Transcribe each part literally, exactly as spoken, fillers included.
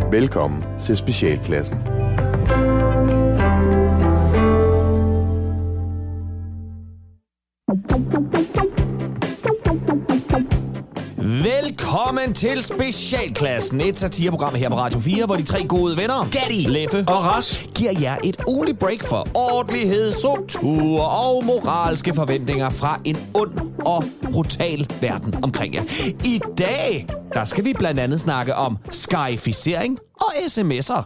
Velkommen til Specialklassen. Velkommen til Specialklassen, et satireprogram her på Radio fire, hvor de tre gode venner, Gatti, Leffe og Ras, giver jer et ugenligt break for ordentlighed, struktur og moralske forventninger fra en ond og brutal verden omkring jer. I dag, der skal vi blandt andet snakke om skyficering og sms'er.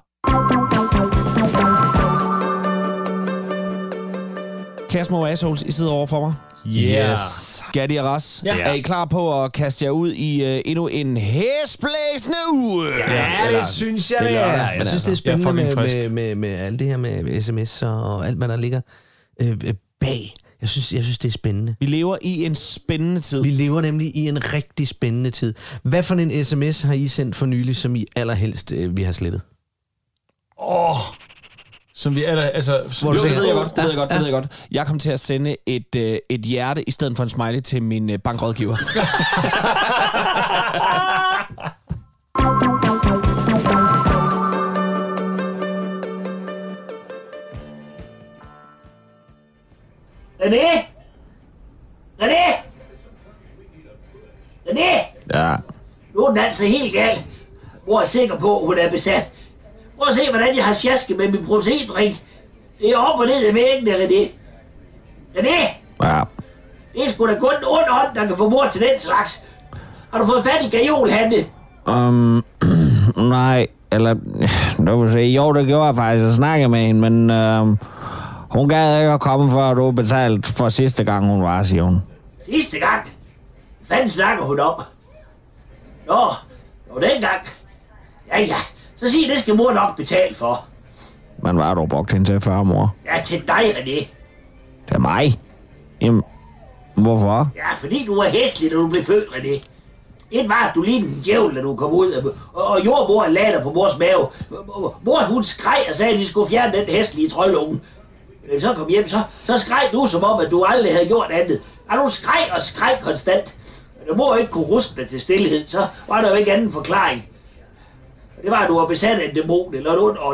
Kære små assholes, I sidder over for mig. Yes. Gatti og Ras, Ja. er I klar på at kaste jer ud i uh, endnu en hæsblæsende uge? Ja, det synes jeg, det er. lørdag, Jeg men synes, det er altså, spændende jeg er med, fucking med, med, med alt det her med sms'er og alt, hvad der ligger øh, øh, bag. Jeg synes, jeg synes, det er spændende. Vi lever i en spændende tid. Vi lever nemlig i en rigtig spændende tid. Hvad for en sms har I sendt for nylig, som I allerhelst øh, vi har slettet? Åh, oh, som vi er der, altså... Jo, det ved jeg godt, det Ja, ved jeg godt, det ja. ved jeg godt. Jeg kom til at sende et, øh, et hjerte i stedet for en smiley til min øh, bankrådgiver. René? René? René? Ja. Nu er den altså helt gal. Mor er sikker på, at hun er besat. Prøv at se, hvordan jeg har sjasket med min proteinring. Det er op og ned af væggene, René. René? Ja. Det er sgu da kun en ond ånd, der kan få mor til den slags. Har du fået fat i gajolhande? Um, nej, eller... Du vil sige, jo, det gjorde jeg faktisk at snakke med hende, men... Uh, hun gad ikke at komme, før du betalte for sidste gang, hun var, siger hun. Sidste gang? Hvad fanden snakker hun om? Nå, jo dengang. Ja, ja. Så sig, det skal mor nok betale for. Men hvad har du brugt hende til før, mor? Ja, til dig, René. Til mig? Jamen, hvorfor? Ja, fordi du var hæslig, da du blev født, René. Et var, at du lignede en djævel, da du kom ud, og, og jordmoren lagde dig på mors mave. Mor, hun skreg og sagde, at de skulle fjerne den hæslige troldunge. Men så kom hjem, så, så skreg du som om, at du aldrig havde gjort andet. Og du skreg og skreg konstant. Men da mor ikke kunne ruske dig til stillhed, så var der jo ikke anden forklaring. Og det var, at du var besat af en dæmon eller en ond ånd.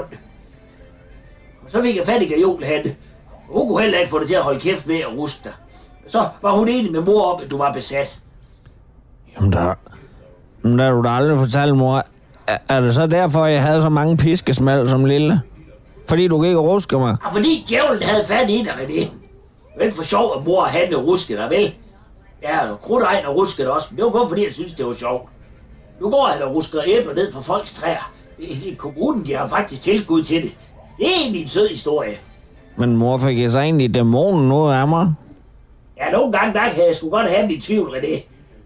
Og så fik jeg fat i gajolhande. Hun kunne heller ikke få dig til at holde kæft ved at ruske dig. Så var hun enig med mor om, at du var besat. Jamen, der... Men der har du da aldrig fortalt, mor. Er, er det så derfor, jeg havde så mange piskesmæld som lille? Fordi du ikke ruske mig? Og fordi djævlen havde fat i dig, René. Det var ikke for sjov, at mor og Hanne ruskede dig, vel? Ja, og Krudtegn og ruskede også, men det var kun fordi, jeg synes det var sjovt. Nu går han og rusker æbler ned fra folks træer. I kommunen, de har faktisk tilskud til det. Det er egentlig en sød historie. Men mor, fik jeg så egentlig dæmonen ud af mig? Ja, nogle gange der kan jeg sgu godt have min tvivl, René.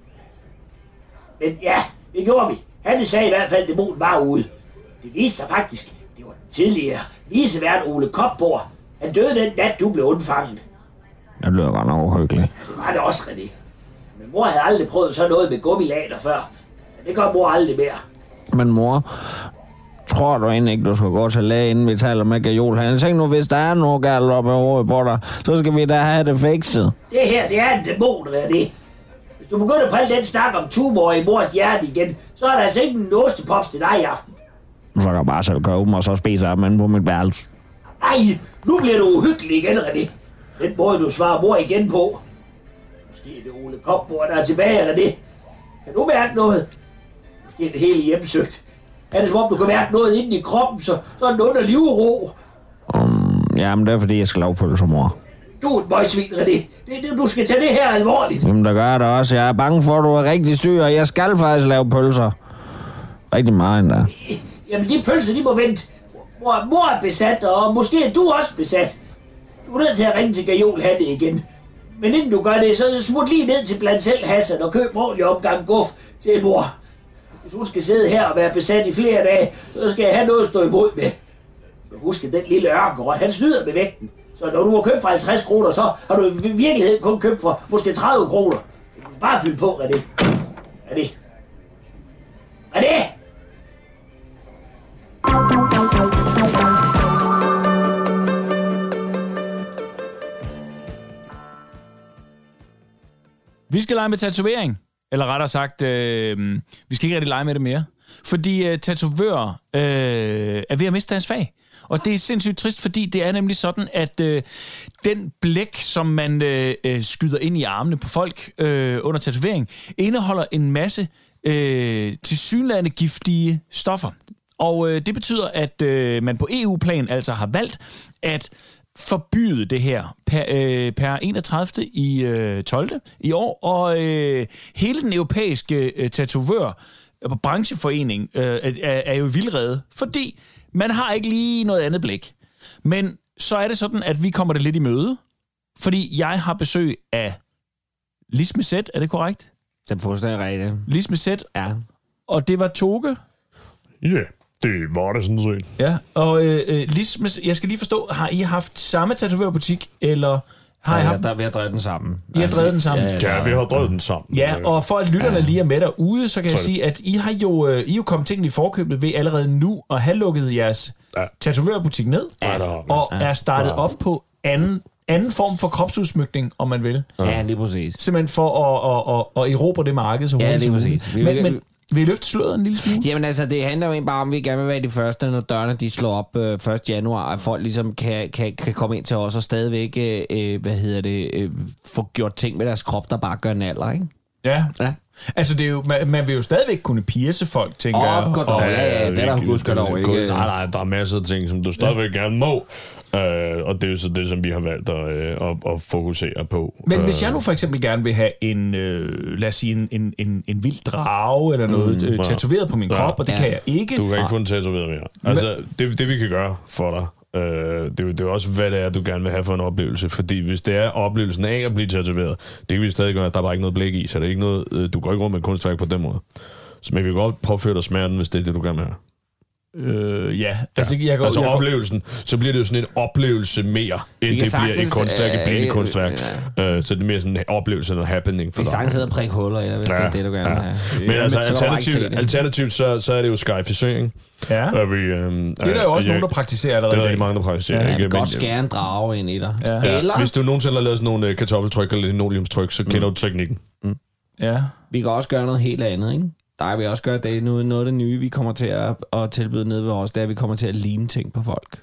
Men ja, det gjorde vi. Hanne sagde i hvert fald, at dæmonen var ude. Det viste sig faktisk, det var den tidligere vicevært Ole Kopborg. Han døde den nat, du blev undfanget. Det lyder godt nok uhyggeligt. Det var det også, René. Men mor havde aldrig prøvet sådan noget med gummilater før. Men det gør mor aldrig mere. Men mor, tror du egentlig ikke, du skal gå til læge, inden vi taler med gajolhande? Tænk nu, hvis der er noget galt oppe i hovedet på dig, så skal vi da have det fikset. Det her, det er en dæmon, René. Hvis du begynder på al den snak om tumor i mors hjerte igen, så er der altså ikke en ostepops til dig i aften. Så kan jeg bare selv købe dem, og så spise af dem på mit værelse. Ej, nu bliver du uhyggelig igen, René. Den måde, du svarer mor igen på. Måske er det Ole Kopborg, der er tilbage, René. Kan du mærke noget? Måske er det hele hjemsøgt. Er det som om, du kan mærke noget inde i kroppen, så, så er den under livro. Um, jamen, det er fordi, jeg skal lave pølser, mor. Du er et møgsvin, René. Det, det, du skal tage det her alvorligt. Jamen, der gør det også. Jeg er bange for, at du er rigtig syg, og jeg skal faktisk lave pølser. Rigtig meget endda. Jamen, de pølser, de må vente. Mor, mor er besat, og måske er du også besat. Du er nødt til at ringe til gajolhande igen. Men inden du gør det, så smut lige ned til blandt selv Hassan og køb ordentlig omgang guf til mor. Hvis hun skal sidde her og være besat i flere dage, så skal jeg have noget at stå imod med. Men husk, at den lille ørkenrot, han snyder med vægten. Så når du har købt for halvtreds kroner, så har du i virkeligheden kun købt for måske tredive kroner. Du skal bare fylde på, René. René. René! Vi skal lege med tatovering. Eller rettere sagt, øh, vi skal ikke rigtig lege med det mere. Fordi øh, tatovører øh, er ved at miste deres fag. Og det er sindssygt trist, fordi det er nemlig sådan, at øh, den blæk, som man øh, skyder ind i armene på folk øh, under tatovering, indeholder en masse øh, tilsyneladende giftige stoffer. Og øh, det betyder, at øh, man på E U-plan altså har valgt at forbyde det her per, øh, per enogtredivte i øh, tolvte i år. Og øh, hele den europæiske øh, tatovør brancheforening øh, er, er jo vildrede, fordi man har ikke lige noget andet blik. Men så er det sådan, at vi kommer det lidt i møde, fordi jeg har besøg af Lis med Z, er det korrekt? Den fuldstændig rigtigt. Lis med Z, ja. Og det var Toge. Ja, yeah, det var det sådan set. Ja, og øh, Lis med Z, jeg skal lige forstå, har I haft samme tatovørbutik, eller... Har ja, I haft... der, vi har drevet den sammen. I har drevet den sammen? Ja, ja, vi har drevet den sammen. Ja, og for at lytterne ja. lige er med derude, så kan så jeg sige, at I har jo, I er jo kommet tingene i forkøbet ved allerede nu at have lukket jeres ja. tatovørbutik ned, ja, og ja. er startet ja. op på anden, anden form for kropsudsmykning, om man vil. Ja, lige præcis. Simpelthen for at, at, at, at erobre det marked så hurtigt. Ja, lige præcis. Men, men, men vil I løfte sløret en lille smule? Jamen altså, det handler jo bare om, at vi gerne vil være de første, når dørene de slår op øh, første januar, at folk ligesom kan, kan, kan komme ind til os og stadigvæk, øh, hvad hedder det, øh, få gjort ting med deres krop, der bare gør en alder, ikke? Ja. ja. Altså, det er jo, man, man vil jo stadigvæk kunne pierce folk, tænker jeg. Åh, godt dog. Ja, ja, ja, det er der husker dog ikke. Nej, nej, der er masser af ting, som du stadigvæk ja. gerne må. Uh, og det er jo så det, som vi har valgt at, uh, at, at fokusere på. Men hvis jeg nu for eksempel gerne vil have en, uh, lad os sige, en, en, en, en vild drage eller noget mm, uh, tatoveret på min krop, ja. og det ja. kan jeg ikke. Du kan ikke få den tatoveret mere. Altså, det, det vi kan gøre for dig, Uh, det, det er jo også, hvad det er, du gerne vil have for en oplevelse. Fordi hvis det er oplevelsen af at blive tatoveret, det kan vi stadig gøre, at der er bare ikke noget blik i, så det er ikke noget, uh, du går ikke rundt med kunstværk på den måde. Så man kan godt påføre dig smerten, hvis det er det, du gerne vil have. Øh, ja, altså, jeg går, altså jeg oplevelsen, går... så bliver det jo sådan en oplevelse mere, end det, det sagtens, bliver et kunstværk, et billedkunstværk. Ja. Uh, så det er mere sådan en oplevelse, noget happening for dig. Vi sagtens sidder og prikke huller i dig, hvis ja, det er det, du gerne vil have. Men ja, altså, alternativt, alternativt så, så er det jo skyficering. Ja. Vi, um, det er der jo også uh, nogen, der praktiserer allerede. Det er rigtig mange, der praktiserer. Ja, jeg kan godt skære en drage ind i dig. Ja. Ja. Eller... Hvis du nogensinde har lavet sådan nogle uh, kartoffeltryk eller linoleumstryk, så kender mm. du teknikken. Mm. Ja. Vi kan også gøre noget helt andet, ikke? Der vil også gøre det. Noget, noget af det nye, vi kommer til at, at tilbyde ned ved os, det er, at vi kommer til at lime ting på folk.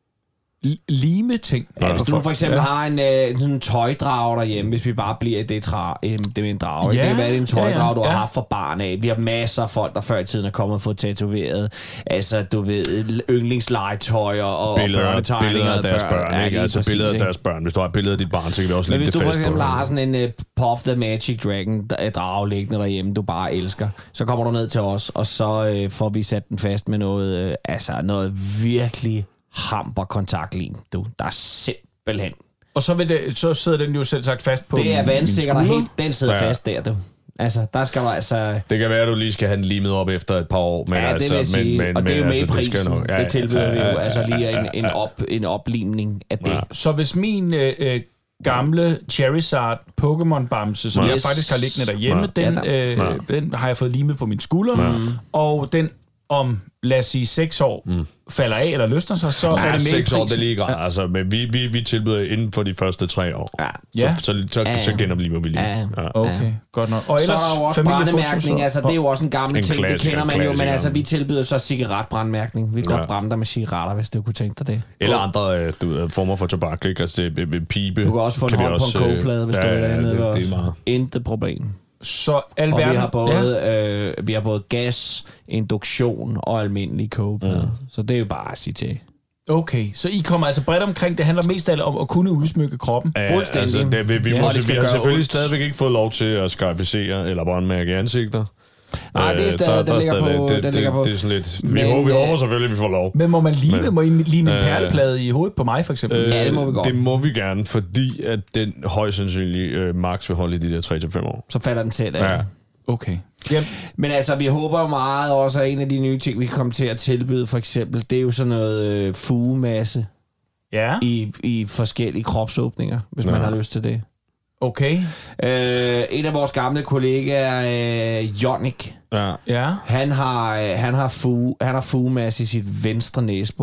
Lime ting? Ja, hvis du for eksempel ja. har en, øh, sådan en tøjdrage derhjemme, hvis vi bare bliver det, tra, øh, det med en drage. Ja. Det kan være, det er en tøjdrage, ja, ja. du har ja. haft for barn af. Vi har masser af folk, der før i tiden er kommet og fået tatoveret. Altså, du ved, yndlingslegetøjer og billeder, børnetegninger. Billeder af deres børn, børn ikke? Altså, præcis, billeder af deres børn. Hvis du har et billede af dit barn, så kan vi også lægge det fast på. Men hvis du for eksempel har sådan en uh, Puff the Magic Dragon drage liggende derhjemme, du bare elsker, så kommer du ned til os, og så øh, får vi sat den fast med noget, øh, altså noget virkelig hamper kontaktlin, du. Der er simpelthen. Og så, vil det, så sidder den jo selv sagt fast på. Det er vandsikkert, og helt, den sidder ja. fast der, du. Altså, der skal du altså... Det kan være, at du lige skal have den limet op efter et par år. Men ja, det altså, vil jeg sige. Men, men, og det er jo med altså, i prisen. Det, ja, det tilbyder ja, ja, ja, vi jo. Altså lige en, en, op, en oplimning af det. Ja. Så hvis min øh, gamle Charizard Pokémon-bamse, som yes. jeg faktisk har liggende derhjemme, ja. den, øh, ja. den har jeg fået limet på min skulder. Ja. Og den om, lad os sige, seks år mm. falder af eller løsner sig, så ja, er det med seks år, det er lige ja. Altså, men vi, vi, vi tilbyder inden for de første tre år. Ja. Så, så, så, så, ja. så genopliver vi lige. Ja. Ja. Okay, ja. Godt nok. Og ellers så er der jo også brændemærkning, altså det er jo også en gammel en ting, det kender man jo, men altså vi tilbyder så cigaretbrændmærkning. Vi kan ja. godt brænde dig med cigaretter, hvis du kunne tænke dig det. Eller andre du, former for tobak, ikke? Altså det, det, pibe. Du kan også få en hånd på en kogeplade, hvis du vil dernede også. Intet problem. Så alverden, og vi har både ja. øh, vi har både gas, induktion og almindelig kogeplade. Mm. Så det er jo bare at sige til. Okay, så I kommer altså bredt omkring. Det handler mest af alt om at kunne udsmykke kroppen. Ja, fuldstændig. Altså, det, vi, vi, ja, må, det vi har selvfølgelig ondt. stadigvæk ikke fået lov til at skyficere eller brandmærke ansigter. Nej, det er stadig, der, den, ligger på, det, den ligger på. Det er sådan lidt, vi, håber, vi håber selvfølgelig, at vi får lov. Men må man lime, men, må I lime en perleplade i hovedet på mig, for eksempel? Øh, ja, det må vi godt. Det må vi gerne, fordi at den højst sandsynligt øh, max vil holde i de der tre til fem år. Så falder den selv af. Ja. Okay. Yep. Men altså, vi håber jo meget også, at en af de nye ting, vi kommer til at tilbyde, for eksempel, det er jo sådan noget øh, fugemasse ja. i, i forskellige kropsåbninger, hvis ja. man har lyst til det. Okay. Øh, en af vores gamle kollegaer, øh, Jonik, ja. Ja. han har, øh, han har, fuge, han har fugemasse i sit venstre næsebor.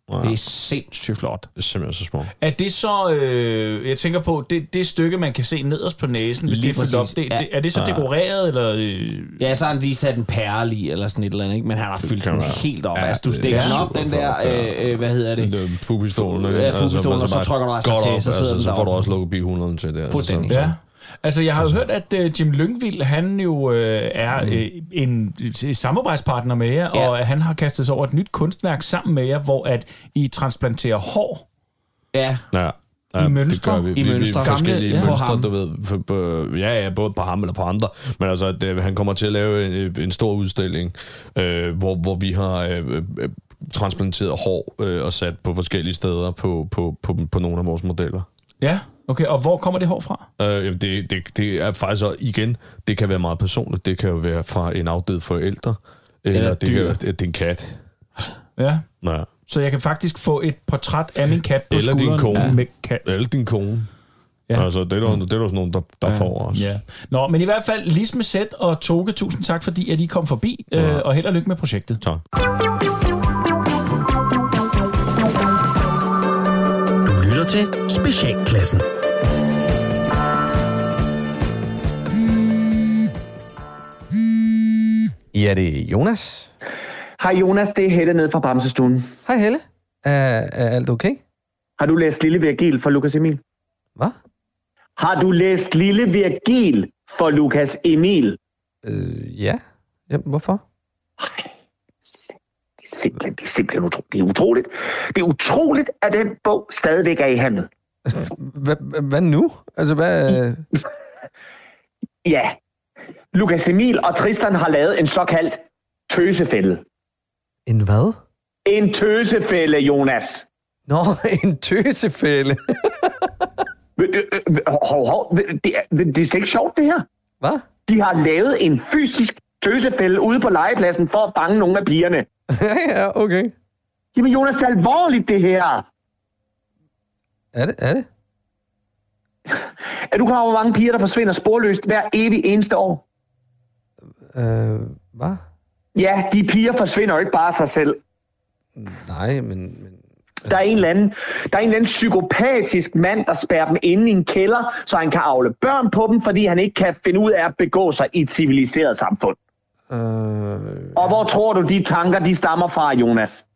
Ja. Det er sindssygt flot. Det er simpelthen så smart. Er det så, øh, jeg tænker på, det, det stykke, man kan se nederst på næsen, hvis Lige det er fyldt op, præcis, det, ja. det, er det så Ja. dekoreret, eller... Øh? Ja, så har han lige sat en perle i, eller sådan et eller andet, ikke? Men han har fyldt kan den være. helt op. Ja, Altså, du det stikker er den op, super den der, flot, øh, øh, hvad hedder det? Det fuglepistolen, Ja, fuglepistolen, og så bare trykker du altså godt til, op, så sidder den så får du deroppe. også lukket bilhundreden til der. Fuldstændig. Så- Ja. Altså, jeg har jo hørt, at uh, Jim Lyngvild, han jo øh, er øh, en øh, samarbejdspartner med jer, Ja. og han har kastet sig over et nyt kunstværk sammen med jer, hvor at I transplanterer hår. Ja, Ja. I mønstre? Det gør vi. I vi, mønstre. Vi, forskellige Gamle, ja. På mønstre, ham. du ved. For, på, ja, ja, både på ham eller på andre. Men altså, det, han kommer til at lave en, en stor udstilling, øh, hvor, hvor vi har øh, øh, transplanteret hår øh, og sat på forskellige steder på, på, på, på nogle af vores modeller. Ja, okay. Og hvor kommer det hår fra? Øh, jamen, det, det, det er faktisk også, igen, det kan være meget personligt. Det kan jo være fra en afdød forælder, eller, Eller det, dyr. kan, være- det er en kat. Ja. Ja. Så jeg kan faktisk få et portræt af min kat på Eller din skulderen. kone. Med kat. Eller din kone. Ja. Ja. Altså, det er der, det er der sådan nogen, der, der ja. får os. Ja. Nå, men i hvert fald, Lis med Sæt og Toge, tusind tak, fordi at I kom forbi, øh, og held og lykke med projektet. Tak. Du lytter til Specialklassen. Ja, det er Jonas. Hej Jonas, det er Helle nede fra Bamsestuen. Hej Helle. Er, er alt okay? Har du læst Lille Virgil for Lukas Emil? Hvad? Har du læst Lille Virgil for Lukas Emil? Øh, ja. ja. Hvorfor? Det er simpelthen, det er simpelthen utroligt. Det er utroligt. Det er utroligt, at den bog stadigvæk er i handel. Hvad, hvad nu? Altså, hvad... Ja, Lukas Emil og Tristan har lavet en såkaldt tøsefælde. En hvad? En tøsefælde, Jonas. Nå, en tøsefælde. Øh, øh, øh, Hov, hov, det er, det er slet ikke sjovt, det her. Hvad? De har lavet en fysisk tøsefælde ude på legepladsen for at fange nogle af pigerne. ja, okay. Jamen Jonas, det er alvorligt, det her. Er det? Er det? Er du klar over, hvor mange piger, der forsvinder sporløst hver evig eneste år? Øh, hvad? Ja, de piger forsvinder jo ikke bare af sig selv. Nej, men... men... Der er en eller anden, der er en eller anden psykopatisk mand, der spærrer dem inde i en kælder, så han kan avle børn på dem, fordi han ikke kan finde ud af at begå sig i et civiliseret samfund. Øh, Og hvor tror du, de tanker, de stammer fra, Jonas?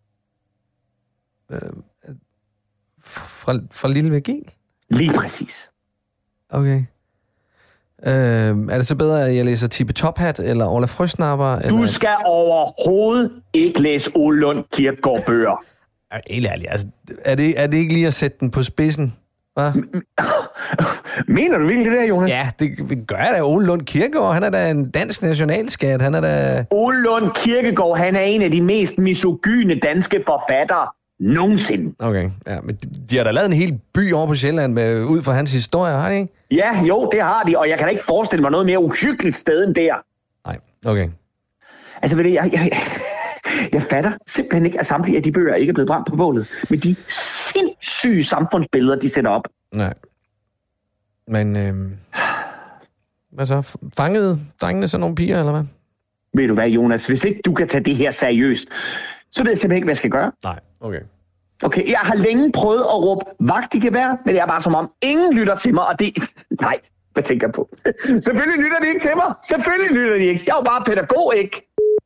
fra, fra Lille Virgil? Lige præcis. Okay. Øh, er det så bedre, at jeg læser Tippe Tophat eller Orla Frøsnapper? Eller... Du skal overhovedet ikke læse Ole Lund Kirkegaard bøger. Er, helt ærligt, altså, er, det, er det ikke lige at sætte den på spidsen? Hva? Mener du virkelig det der, Jonas? Ja, det gør jeg da. Ole Lund Kirkegaard, han er da en dansk nationalskat. Han er da... Ole Lund Kirkegaard, han er en af de mest misogyne danske forfattere nogensinde. Okay, ja, men de, de har da lavet en hel by over på Sjælland med, ud fra hans historie, har de ikke? Ja, jo, det har de, og jeg kan da ikke forestille mig noget mere uhyggeligt sted end der. Nej, okay. Altså, ved du, jeg, jeg, jeg fatter simpelthen ikke, at samtlige af de bøger ikke er blevet brændt på bålet. Men de sindssyge samfundsbilleder, de sætter op. Nej. Men, øhm, hvad så? Fangede drengene så nogle piger, eller hvad? Ved du hvad, Jonas? Hvis ikke du kan tage det her seriøst, så ved jeg simpelthen ikke, hvad jeg skal gøre. Nej, okay. Okay, jeg har længe prøvet at råbe vagt i gevær, men det er bare som om, ingen lytter til mig, og det... Nej, hvad tænker jeg på? Selvfølgelig lytter de ikke til mig. Selvfølgelig lytter de ikke. Jeg er jo bare pædagog, ikke?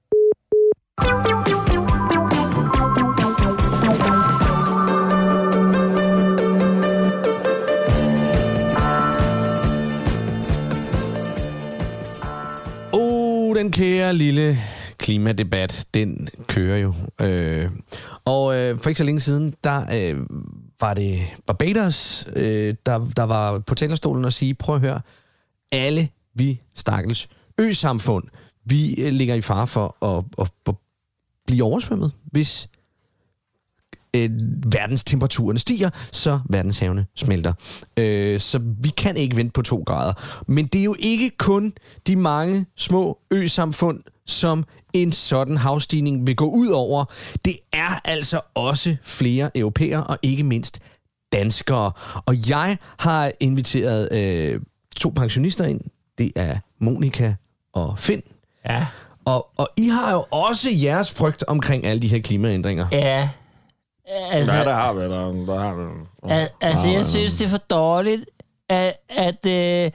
Oh, den kære lille klimadebat, den kører jo. Øh, og øh, for ikke så længe siden, der øh, var det Barbados, øh, der, der var på talerstolen og sige, prøv at høre, alle vi stakkels ø-samfund, vi øh, ligger i fare for at, at, at blive oversvømmet, hvis øh, verdenstemperaturen stiger, så verdenshavene smelter. Øh, så vi kan ikke vente på to grader. Men det er jo ikke kun de mange små ø-samfund, som en sådan havstigning vil gå ud over. Det er altså også flere europæer, og ikke mindst danskere. Og jeg har inviteret øh, to pensionister ind. Det er Monika og Finn. Ja. Og, og I har jo også jeres frygt omkring alle de her klimaændringer. Ja. Altså, ja, der har vi der, der har vi. Al- altså, jeg synes, det er for dårligt, at, at, øh,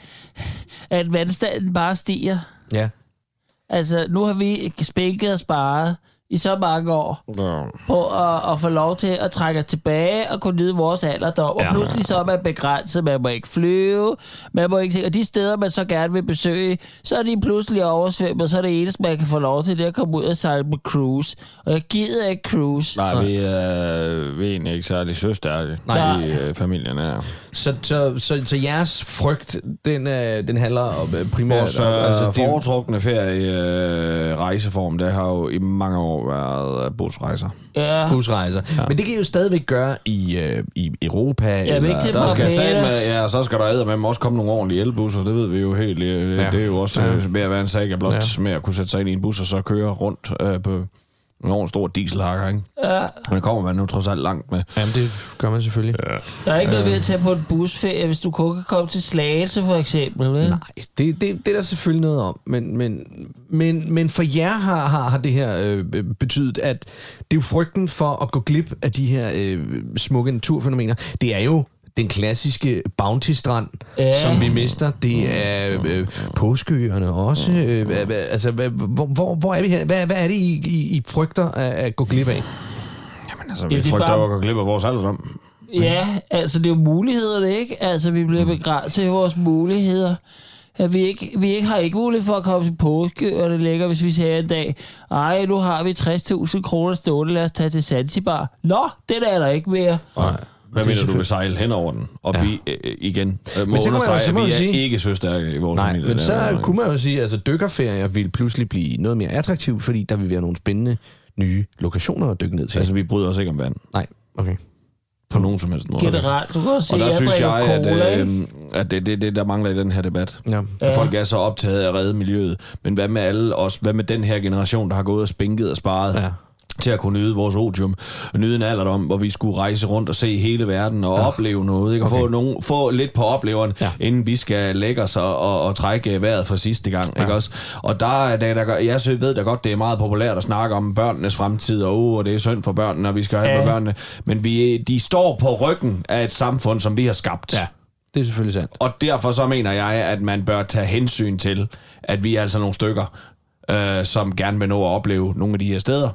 at vandstanden bare stiger. Ja. Altså, nu har vi spænket og sparet i så mange år Ja. på at, at få lov til at trække os tilbage og kunne nyde vores alderdom. Og Ja. pludselig så er man begrænset. Man må ikke flyve. Man må ikke... Og de steder, man så gerne vil besøge, så er de pludselig oversvømmet. Så er det eneste, man kan få lov til, det at komme ud og sejle på cruise. Og jeg gider ikke cruise. Nej, vi er, vi er egentlig ikke særlig søstærke Nej. i øh, familien her. Så, så, så, så jeres frygt, den, øh, den handler om øh, primært... Vores om- altså, det- foretrukne ferie øh, rejseform, det har jo i mange år været øh, busrejser. Ja. busrejser. Ja. Men det kan I jo stadigvæk gøre i, øh, i Europa. Ja, eller, ikke til Der skal Barbados. med, ja, så skal der eddermame også komme nogle ordentlige elbusser, det ved vi jo helt. Det, Ja. ja. det er jo også Ja. ja. ved at være en sag af blot Ja. ja. med at kunne sætte sig ind i en bus og så køre rundt øh, på en ordentlig stor dieselhakker, ikke? Ja. Men det kommer man nu trods alt langt med. Jamen, det gør man selvfølgelig. Ja. Der er ikke noget ved at tage på en busferie, hvis du kun kan komme til Slagelse, for eksempel. Vel? Nej, det, det, det er der selvfølgelig noget om. Men, men, men, men for jer har, har, har det her øh, betydet, at det er jo frygten for at gå glip af de her øh, smukke naturfænomener. Det er jo den klassiske Bounty-strand, Ja. som vi mister. Det er øh, påskeøerne også. Øh, hva- hva- altså, hva- hvor, hvor, hvor er vi her? Hvad, hvad er det, I, I, I frygter at, at gå glip af? Jamen altså, Jamen, vi det er frygter bare- jo at gå glip af vores alderdom. Ja, altså det er jo mulighederne, ikke? Altså vi bliver begrænset i vores muligheder. At vi, ikke, vi ikke har ikke mulighed for at komme til påske, og det ligger, hvis vi siger en dag, ej, nu har vi tres tusind kroner stående, lad os tage til Zanzibar. Nå, det er der ikke mere. Nej. Hvad mener du selvfølgelig- vil sejle hen over den? Og Ja. ja. vi øh, igen øh, må Men så kan man jo- understrege, så at må vi man er sige- ikke søstærke i vores Nej, familie. men Det så er- kunne man jo sige, at altså, dykkerferier ville pludselig blive noget mere attraktivt, fordi der vil være nogle spændende nye lokationer at dykke ned til. Altså, vi bryder os ikke om vand. Nej, okay. På nogen som helst måde. Generelt, du kan også se, Og der jeg synes jeg, drikker at, cola, ikke? øh, at det er det, det, der mangler i den her debat. Ja. Ja. Folk er så optaget af at redde miljøet. Men hvad med alle os? Hvad med den her generation, der har gået og spinket og sparet? Ja. Til at kunne nyde vores otium, nyde en alderdom, hvor vi skulle rejse rundt og se hele verden og ja. opleve noget, ikke? Og Okay. få, nogen, få lidt på opleveren, Ja. ja. inden vi skal lægge os og, og, og trække vejret for sidste gang, ja. ikke også? Og der er der, der, jeg ved da godt, det er meget populært at snakke om børnenes fremtid, og, oh, og det er synd for børnene, og vi skal have Ja. med børnene, men vi, de står på ryggen af et samfund, som vi har skabt. Ja, det er selvfølgelig sandt. Og derfor så mener jeg, at man bør tage hensyn til, at vi er altså nogle stykker, øh, som gerne vil nå at opleve nogle af de her steder.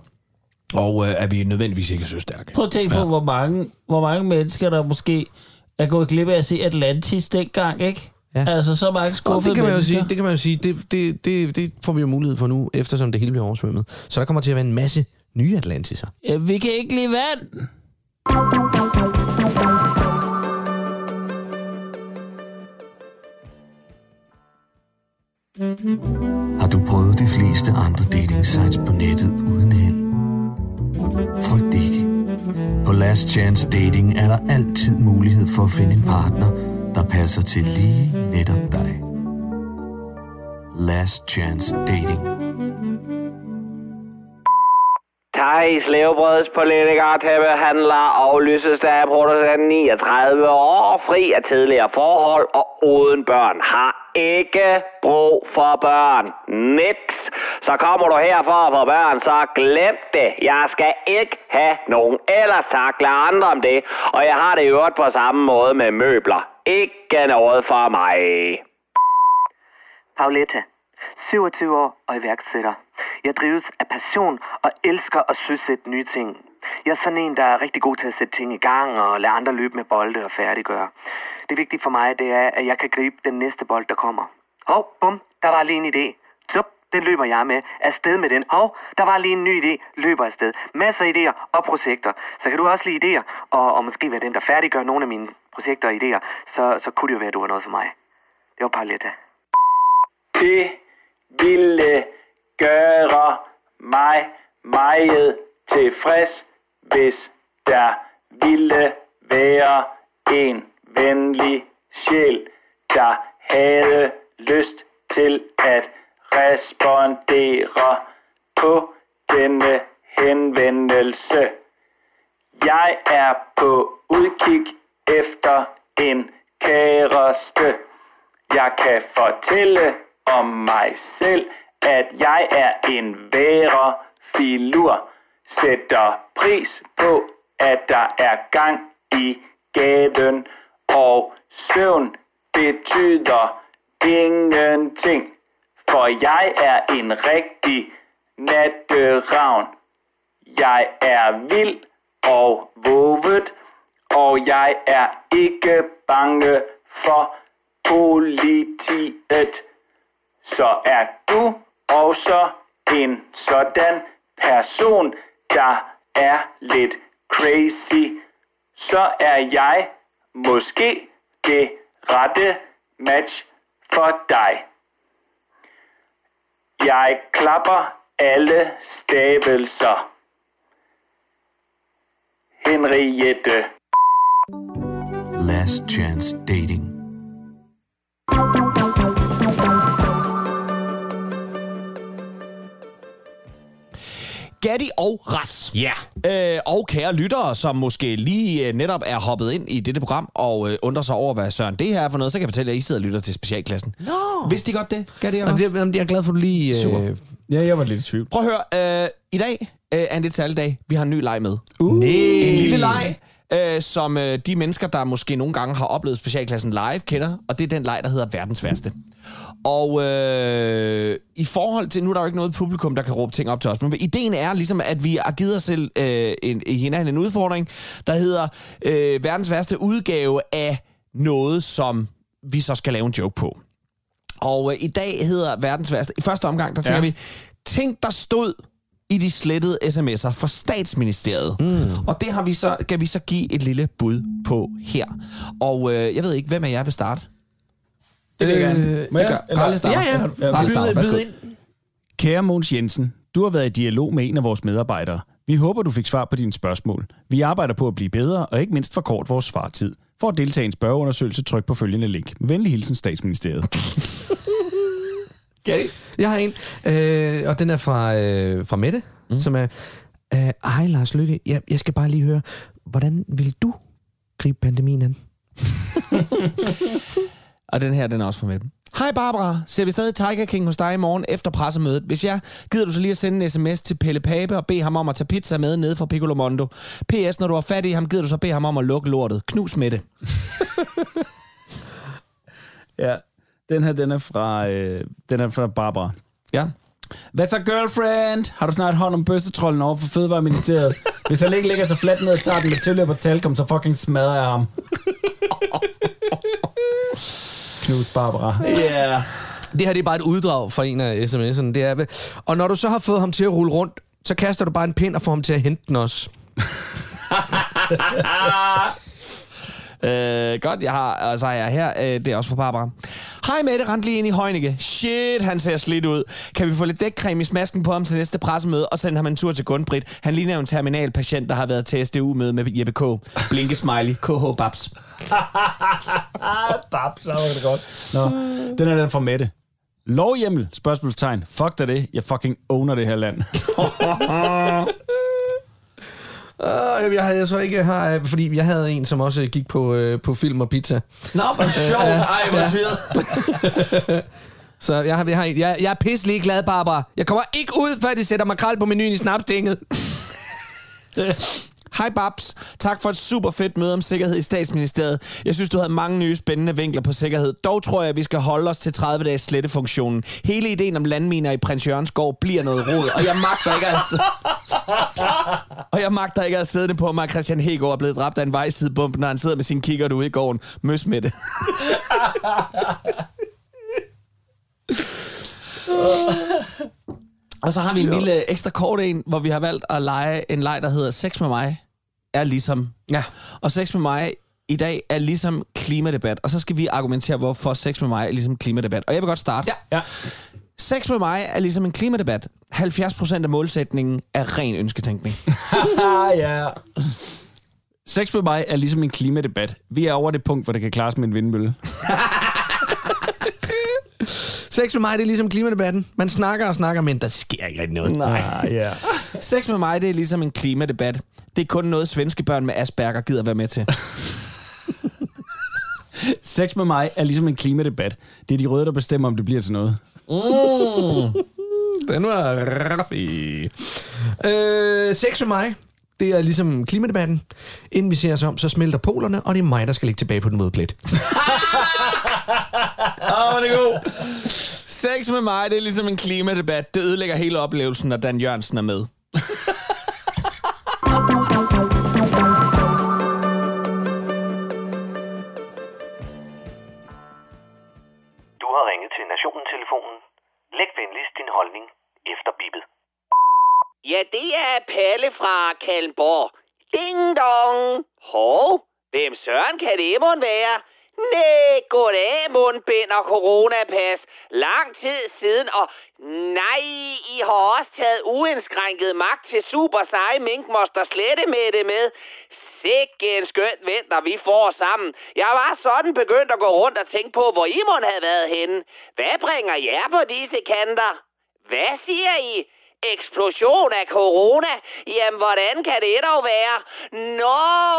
Og øh, at vi nødvendigvis ikke er søstærke. Prøv at tænke på, hvor mange, hvor mange mennesker, der måske er gået glip af at se Atlantis dengang, ikke? Ja. Altså, så mange Og skuffede det kan man jo mennesker. sige, det kan man jo sige, det, det, det, det får vi jo mulighed for nu, eftersom det hele bliver oversvømmet. Så der kommer til at være en masse nye Atlantiser. Ja, vi kan ikke lide vand. Har du prøvet de fleste andre dating sites på nettet uden held? Frygt ikke. På Last Chance Dating er der altid mulighed for at finde en partner, der passer til lige netop dig. Last Chance Dating. Thijs Levebrøds politikere tæppehandler aflyses, da er producenten niogtredive år, fri af tidligere forhold og uden børn. Har ikke brug for børn. Niks. Så kommer du her for at få børn, så glem det. Jeg skal ikke have nogen. Ellers tak, lad andre om det. Og jeg har det i øvrigt på samme måde med møbler. Ikke noget for mig. Paulette, syvogtyve år og iværksætter. Jeg drives af passion og elsker at søsætte nye ting. Jeg er sådan en, der er rigtig god til at sætte ting i gang og lade andre løbe med bolde og færdiggøre. Det vigtige for mig, det er, at jeg kan gribe den næste bold, der kommer. Hov, bum, der var lige en idé. Tup, den løber jeg med. Afsted med den. Hov, der var lige en ny idé. Løber afsted. Masser af idéer og projekter. Så kan du også lide idéer, og, og måske være den, der færdiggør nogle af mine projekter og idéer. Så, så kunne det jo være, at du var noget for mig. Det var Paulette. Det ville gøre mig meget tilfreds, hvis der ville være en venlig sjæl, der havde lyst til at respondere på denne henvendelse. Jeg er på udkig efter en kæreste. Jeg kan fortælle om mig selv, at jeg er en værre filur. Sætter pris på at der er gang i gaden, og søvn betyder ingenting, for jeg er en rigtig natteravn. Jeg er vild og vovet, og jeg er ikke bange for politiet. Så er du også en sådan person, der er lidt crazy, så er jeg måske det rette match for dig. Jeg klapper alle stavelser. Henriette. Last Chance Dating. Gatti og Ras. Ja. Yeah. Øh, og kære lyttere, som måske lige øh, netop er hoppet ind i dette program og øh, undrer sig over, hvad søren det her er for noget, så kan jeg fortælle, at I sidder og lytter til Specialklassen. No. Vidste I godt det, Gatti og Ras? Jamen, jeg er glad for, at du lige... Øh... Super. Ja, jeg var lidt i tvivl. Prøv at høre. Øh, I dag øh, er en lidt særlig dag. Vi har en ny leg med. Uh. En lille leg, øh, som øh, de mennesker, der måske nogle gange har oplevet Specialklassen live, kender. Og det er den leg, der hedder Verdens Værste. Og øh, i forhold til, nu er der jo ikke noget publikum, der kan råbe ting op til os, men ideen er ligesom, at vi har givet os selv øh, en, hinanden en udfordring, der hedder øh, verdens værste udgave af noget, som vi så skal lave en joke på. Og øh, i dag hedder verdens værste, i første omgang, der tænker ja. vi, ting, der stod i de slettede sms'er fra Statsministeriet. Mm. Og det har vi så, kan vi så give et lille bud på her. Og øh, jeg ved ikke, hvem af jer vil starte? Det vil jeg gerne. Må jeg? Ralle starter. Ja, ja. Ralle starter. Værsgo. Kære Mogens Jensen, du har været i dialog med en af vores medarbejdere. Vi håber, du fik svar på dine spørgsmål. Vi arbejder på at blive bedre, og ikke mindst forkort vores svartid. For at deltage i en spørgeundersøgelse, tryk på følgende link. Med venlig hilsen, Statsministeriet. Okay. Jeg har en, øh, og den er fra, øh, fra Mette, mm. som er... Øh, Hej Lars Løkke, jeg, jeg skal bare lige høre, hvordan vil du gribe pandemien an? Og den her, den er også fra Mette. Hej Barbara, ser vi stadig Tiger King hos dig i morgen efter pressemødet? Hvis jeg gider du så lige at sende en sms til Pelle Pape og bede ham om at tage pizza med nede fra Piccolo Mondo. P S, når du har fat i ham, gider du så bede ham om at lukke lortet. Knus med det. Ja, den her, den er fra, øh, den er fra Barbara. Ja. Hvad så, girlfriend? Har du snart hånd om bøssetrollen over for Fødevareministeriet? Hvis han ikke ligger så fladt ned og tager den med tilløb og talkom, så fucking smadrer jeg ham. Knus Barbara. Ja. Yeah. Det her det er bare et uddrag fra en af sms'erne. Det er, og når du så har fået ham til at rulle rundt, så kaster du bare en pind og får ham til at hente den også. øh, godt, jeg har, og så har jeg her, øh, det er også fra Barbara. Hej Mette, rent lige ind i Højnække. Shit, han ser slidt ud. Kan vi få lidt dækcreme i smasken på ham til næste pressemøde, og sende ham en tur til Gunbrit? Han ligner en terminalpatient, der har været til S D U-møde med Jeppe K. Blinke smiley. K H Babs. Babs, så var det godt. Nå, den er den fra Mette. Lovhjemmel, spørgsmålstegn. Fuck da det. Jeg fucking owner det her land. Uh, jeg, jeg så ikke har, fordi jeg havde en, som også gik på, uh, på film og pizza. Nå, hvor sjovt. Ej, hvor syret. Så jeg har, jeg har jeg, jeg er pisselig glad, Barbara. Jeg kommer ikke ud, før de sætter makrel på menuen i snapstinget. Hej Babs. Tak for et super fedt møde om sikkerhed i Statsministeriet. Jeg synes, du havde mange nye spændende vinkler på sikkerhed. Dog tror jeg, at vi skal holde os til tredive dages slettefunktionen. Hele ideen om landminer i Prins Jørgens gård bliver noget rod, og jeg magter ikke at sidde... og jeg magter ikke at sidde på mig, at Christian Hegård er blevet dræbt af en vejsidebombe, når han sidder med sin kikkert ude i gården. Møs med det. Og så har vi en lille ekstra kort en, hvor vi har valgt at lege en leg, der hedder Sex med mig er ligesom. Ja. Og Sex med mig i dag er ligesom klimadebat. Og så skal vi argumentere, hvorfor Sex med mig er ligesom klimadebat. Og jeg vil godt starte. Ja. Ja. Sex med mig er ligesom en klimadebat. halvfjerds procent af målsætningen er ren ønsketænkning. Ja. Sex med mig er ligesom en klimadebat. Vi er over det punkt, hvor det kan klares med en vindmølle. Sex med mig, det er ligesom klimadebatten. Man snakker og snakker, men der sker ikke rigtig noget. Nej. Ah, yeah. Sex med mig, det er ligesom en klimadebat. Det er kun noget, svenske børn med Asperger gider være med til. Sex med mig er ligesom en klimadebat. Det er de røde, der bestemmer, om det bliver til noget. Mm. Den var rigtig. Øh, sex med mig, Det er ligesom klimadebatten. Inden vi ser os om, så smelter polerne, og det er mig, der skal ligge tilbage på den våde plet. Åh, oh, det er god. Sex med mig, det er ligesom en klimadebat. Det ødelægger hele oplevelsen, når Dan Jørgensen er med. Du har ringet til Nationen-telefonen. Læg venligst din holdning efter bippet. Ja, det er Palle fra Kalmborg. Ding dong. Hov, hvem søren kan det mon være? Næh, goddag, mundbind og coronapas. Lang tid siden, og nej, I har også taget uindskrænket magt til super seje minkmoster slette med det med. Sikke en skønt vinter, vi får sammen. Jeg var sådan begyndt at gå rundt og tænke på, hvor I mon havde været henne. Hvad bringer jer på disse kanter? Hvad siger I? Eksplosion af corona? Jamen, hvordan kan det dog være? Nå,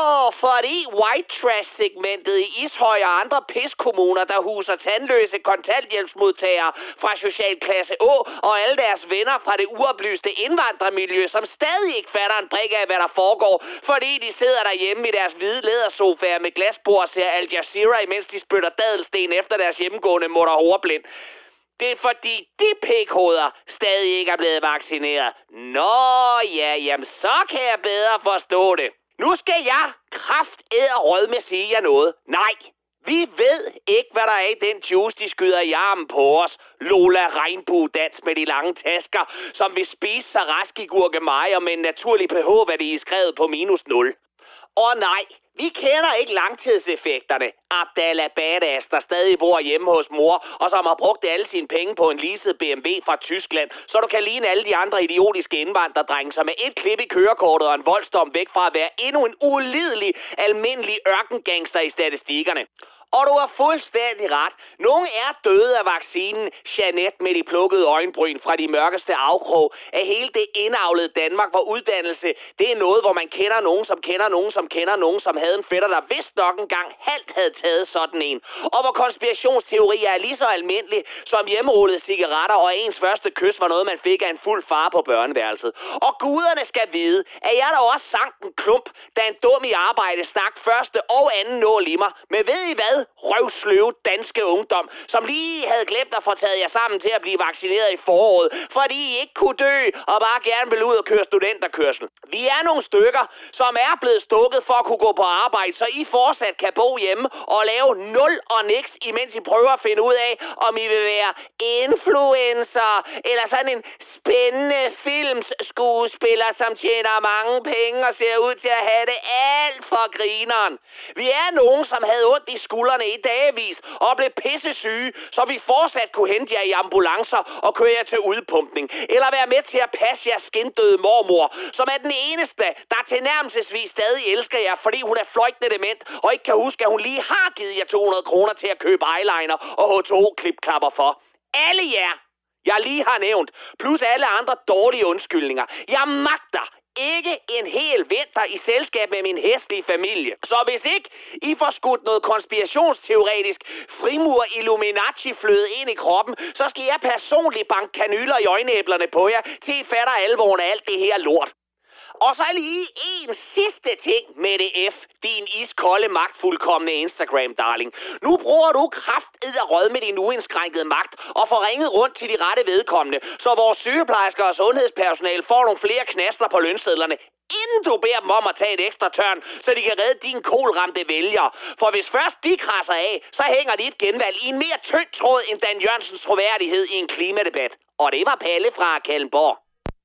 fordi white trash-segmentet i Ishøj og andre piskommuner, der huser tandløse kontanthjælpsmodtagere fra socialklasse Å og alle deres venner fra det uoplyste indvandrermiljø, som stadig ikke fatter en brik af, hvad der foregår, fordi de sidder derhjemme i deres hvide lædersofaer med glasbord og ser Al Jazeera, imens de spytter dadelsten efter deres hjemmegående mutter horblind. Det er fordi de pikhoveder stadig ikke er blevet vaccineret. Nå ja, jamen så kan jeg bedre forstå det. Nu skal jeg kraftedderrød med sige jer noget. Nej, vi ved ikke, hvad der er i den juice, de skyder i armen på os. Lola Regnbuedans med de lange tasker, som vil spise sig rask i gurkemeje og med en naturlig pH-værdi skrevet på minus nul. Og nej, vi kender ikke langtidseffekterne. Abdallah Badass, der stadig bor hjemme hos mor, og som har brugt alle sine penge på en leaset B M W fra Tyskland, så du kan ligne alle de andre idiotiske indvandrerdrenge, som med et klip i kørekortet og en voldsdom væk fra at være endnu en ulidelig, almindelig ørkengangster i statistikkerne. Og du har fuldstændig ret. Nogle er døde af vaccinen. Jeanette med de plukkede øjenbryn fra de mørkeste afkrog af hele det indavlede Danmark, hvor uddannelse, det er noget, hvor man kender nogen, som kender nogen, som kender nogen, som havde en fætter, der vist nok engang halvt havde taget sådan en. Og hvor konspirationsteorier er lige så almindelige som hjemmerullede cigaretter, og ens første kys var noget, man fik af en fuld far på børneværelset. Og guderne skal vide, at jeg der også sank en klump, da en dum i arbejde stak første og anden nål i mig. Men ved I hvad? Røvsløve danske ungdom, som lige havde glemt at få taget jer sammen til at blive vaccineret i foråret, fordi I ikke kunne dø og bare gerne ville ud og køre studenterkørsel. Vi er nogle stykker, som er blevet stukket for at kunne gå på arbejde, så I fortsat kan bo hjemme og lave nul og niks, imens I prøver at finde ud af, om I vil være influencer eller sådan en spændende filmskuespiller, som tjener mange penge og ser ud til at have det alt for grineren. Vi er nogen, som havde ondt i skuldrene i dagevis og blev pissesyge, så vi fortsat kunne hente jer i ambulancer og køre jer til udpumpning. Eller være med til at passe jeres skindøde mormor, som er den eneste, der tilnærmelsesvis stadig elsker jer, fordi hun er fløjtende dement og ikke kan huske, at hun lige har givet jer to hundrede kroner til at købe eyeliner og H to O-klipklapper for. Alle jer, jeg lige har nævnt, plus alle andre dårlige undskyldninger. Jeg magter ikke en hel vinter i selskab med min hæslige familie. Så hvis ikke I får skudt noget konspirationsteoretisk frimur Illuminati-fløde ind i kroppen, så skal jeg personligt banke kanyler i øjenæblerne på jer, til I fatter alvoren af alt det her lort. Og så lige en sidste ting med det F, din iskolde, magtfuldkommende Instagram-darling. Nu bruger du kraftedderrød med din uindskrænkede magt og får ringet rundt til de rette vedkommende, så vores sygeplejersker og sundhedspersonale får nogle flere knaster på lønsedlerne, inden du beder dem om at tage et ekstra tørn, så de kan redde dine kolramte vælgere. For hvis først de krasser af, så hænger de et genvalg i en mere tynd tråd end Dan Jørgensens troværdighed i en klimadebat. Og det var Palle fra Kalmborg.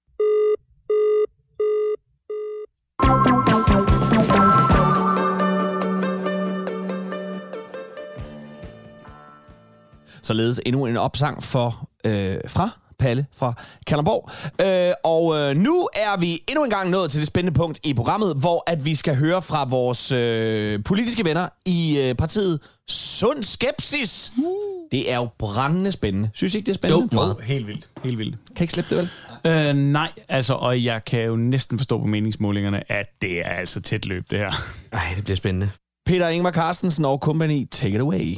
Således endnu en opsang for, øh, fra Palle fra Kalundborg. Øh, og øh, nu er vi endnu en gang nået til det spændende punkt i programmet, hvor at vi skal høre fra vores øh, politiske venner i øh, partiet Sund Skepsis. Mm. Det er jo brændende spændende. Synes I ikke, det er spændende? Jo, meget. Helt vildt. Helt vildt. Kan ikke slippe det, vel? Øh, nej, altså, og jeg kan jo næsten forstå på meningsmålingerne, at det er altså tæt løb, det her. Ej, det bliver spændende. Peter Ingvar Carstensen og company, take it away.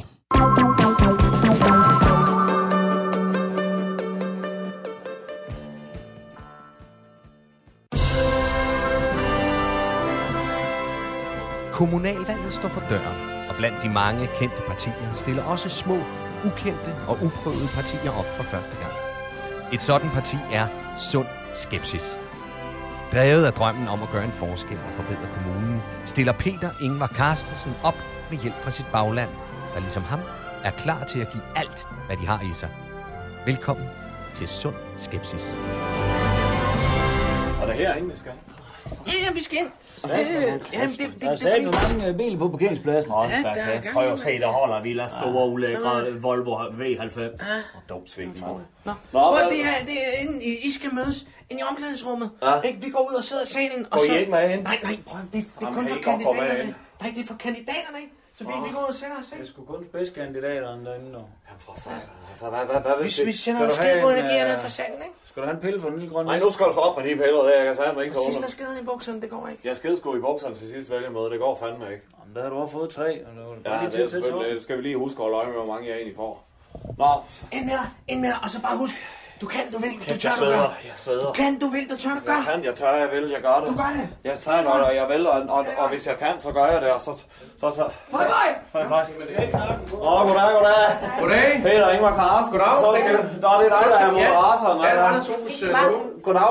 Kommunalvalget står for døren, og blandt de mange kendte partier stiller også små, ukendte og uprøvede partier op for første gang. Et sådan parti er Sund Skepsis. Drevet af drømmen om at gøre en forskel og forbedre kommunen, stiller Peter Ingvar Carstensen op med hjælp fra sit bagland, der ligesom ham er klar til at give alt, hvad de har i sig. Velkommen til Sund Skepsis. Og der her ingen, vi skal. Ja, vi skal ind. Jamen, det, det, der er sat nogle mange biler på parkeringspladsen også. Ja, der er gang. Prøv at se, der holder vi der store ulækre Volvo V halvfems. Og dumt sving. Nå, Nå det, er, det er inden I, I skal mødes inde i omklædningsrummet. Ja. Vi går ud og sidder i salen. Og går så... I ikke med ind? Nej, nej, prøv, det, det er kun for kandidaterne. Nej, det er for kandidaterne, ikke? Så vi, vi går ud og sætter os, ikke? Det er sgu kun spidskandidaterne derinde nu. Jamen for satan. Altså, hvad, hvad, hvad, hvis vi sender en skid på energier ned fra salen, ikke? Skal du have en pille for den lille grønne? Nej, nu skal du stå op med de piller der. Jeg kan sige, at man ikke kan. Sidst der skeden i bukserne, det går ikke. Jeg sked sgu i bukserne til sidst vælgermøde. Det går fandme ikke. Jamen, der har du også fået tre. Ja, det er selvfølgelig. Det skal vi lige huske at holde øje med, hvor mange jeg egentlig får. Nå. Ind med dig, ind med dig, og så bare husk. Du kan, du vil, du tør, du gør. Jeg sveder. Du kan, du vil, du tør, du gør. Jeg kan, jeg tør, jeg vil, jeg gør det. Du gør det. Jeg tager noget, og jeg vil, og, og, og hvis jeg kan, så gør jeg det, og så... så, så. Hej, hej. Hej, hej. Åh, goddag, goddag. Goddag. Peter Ingvar Carsten. Goddag. Så skal, nå, det er dig, der er moderatoren. Ja, det er der Sofus. Goddag,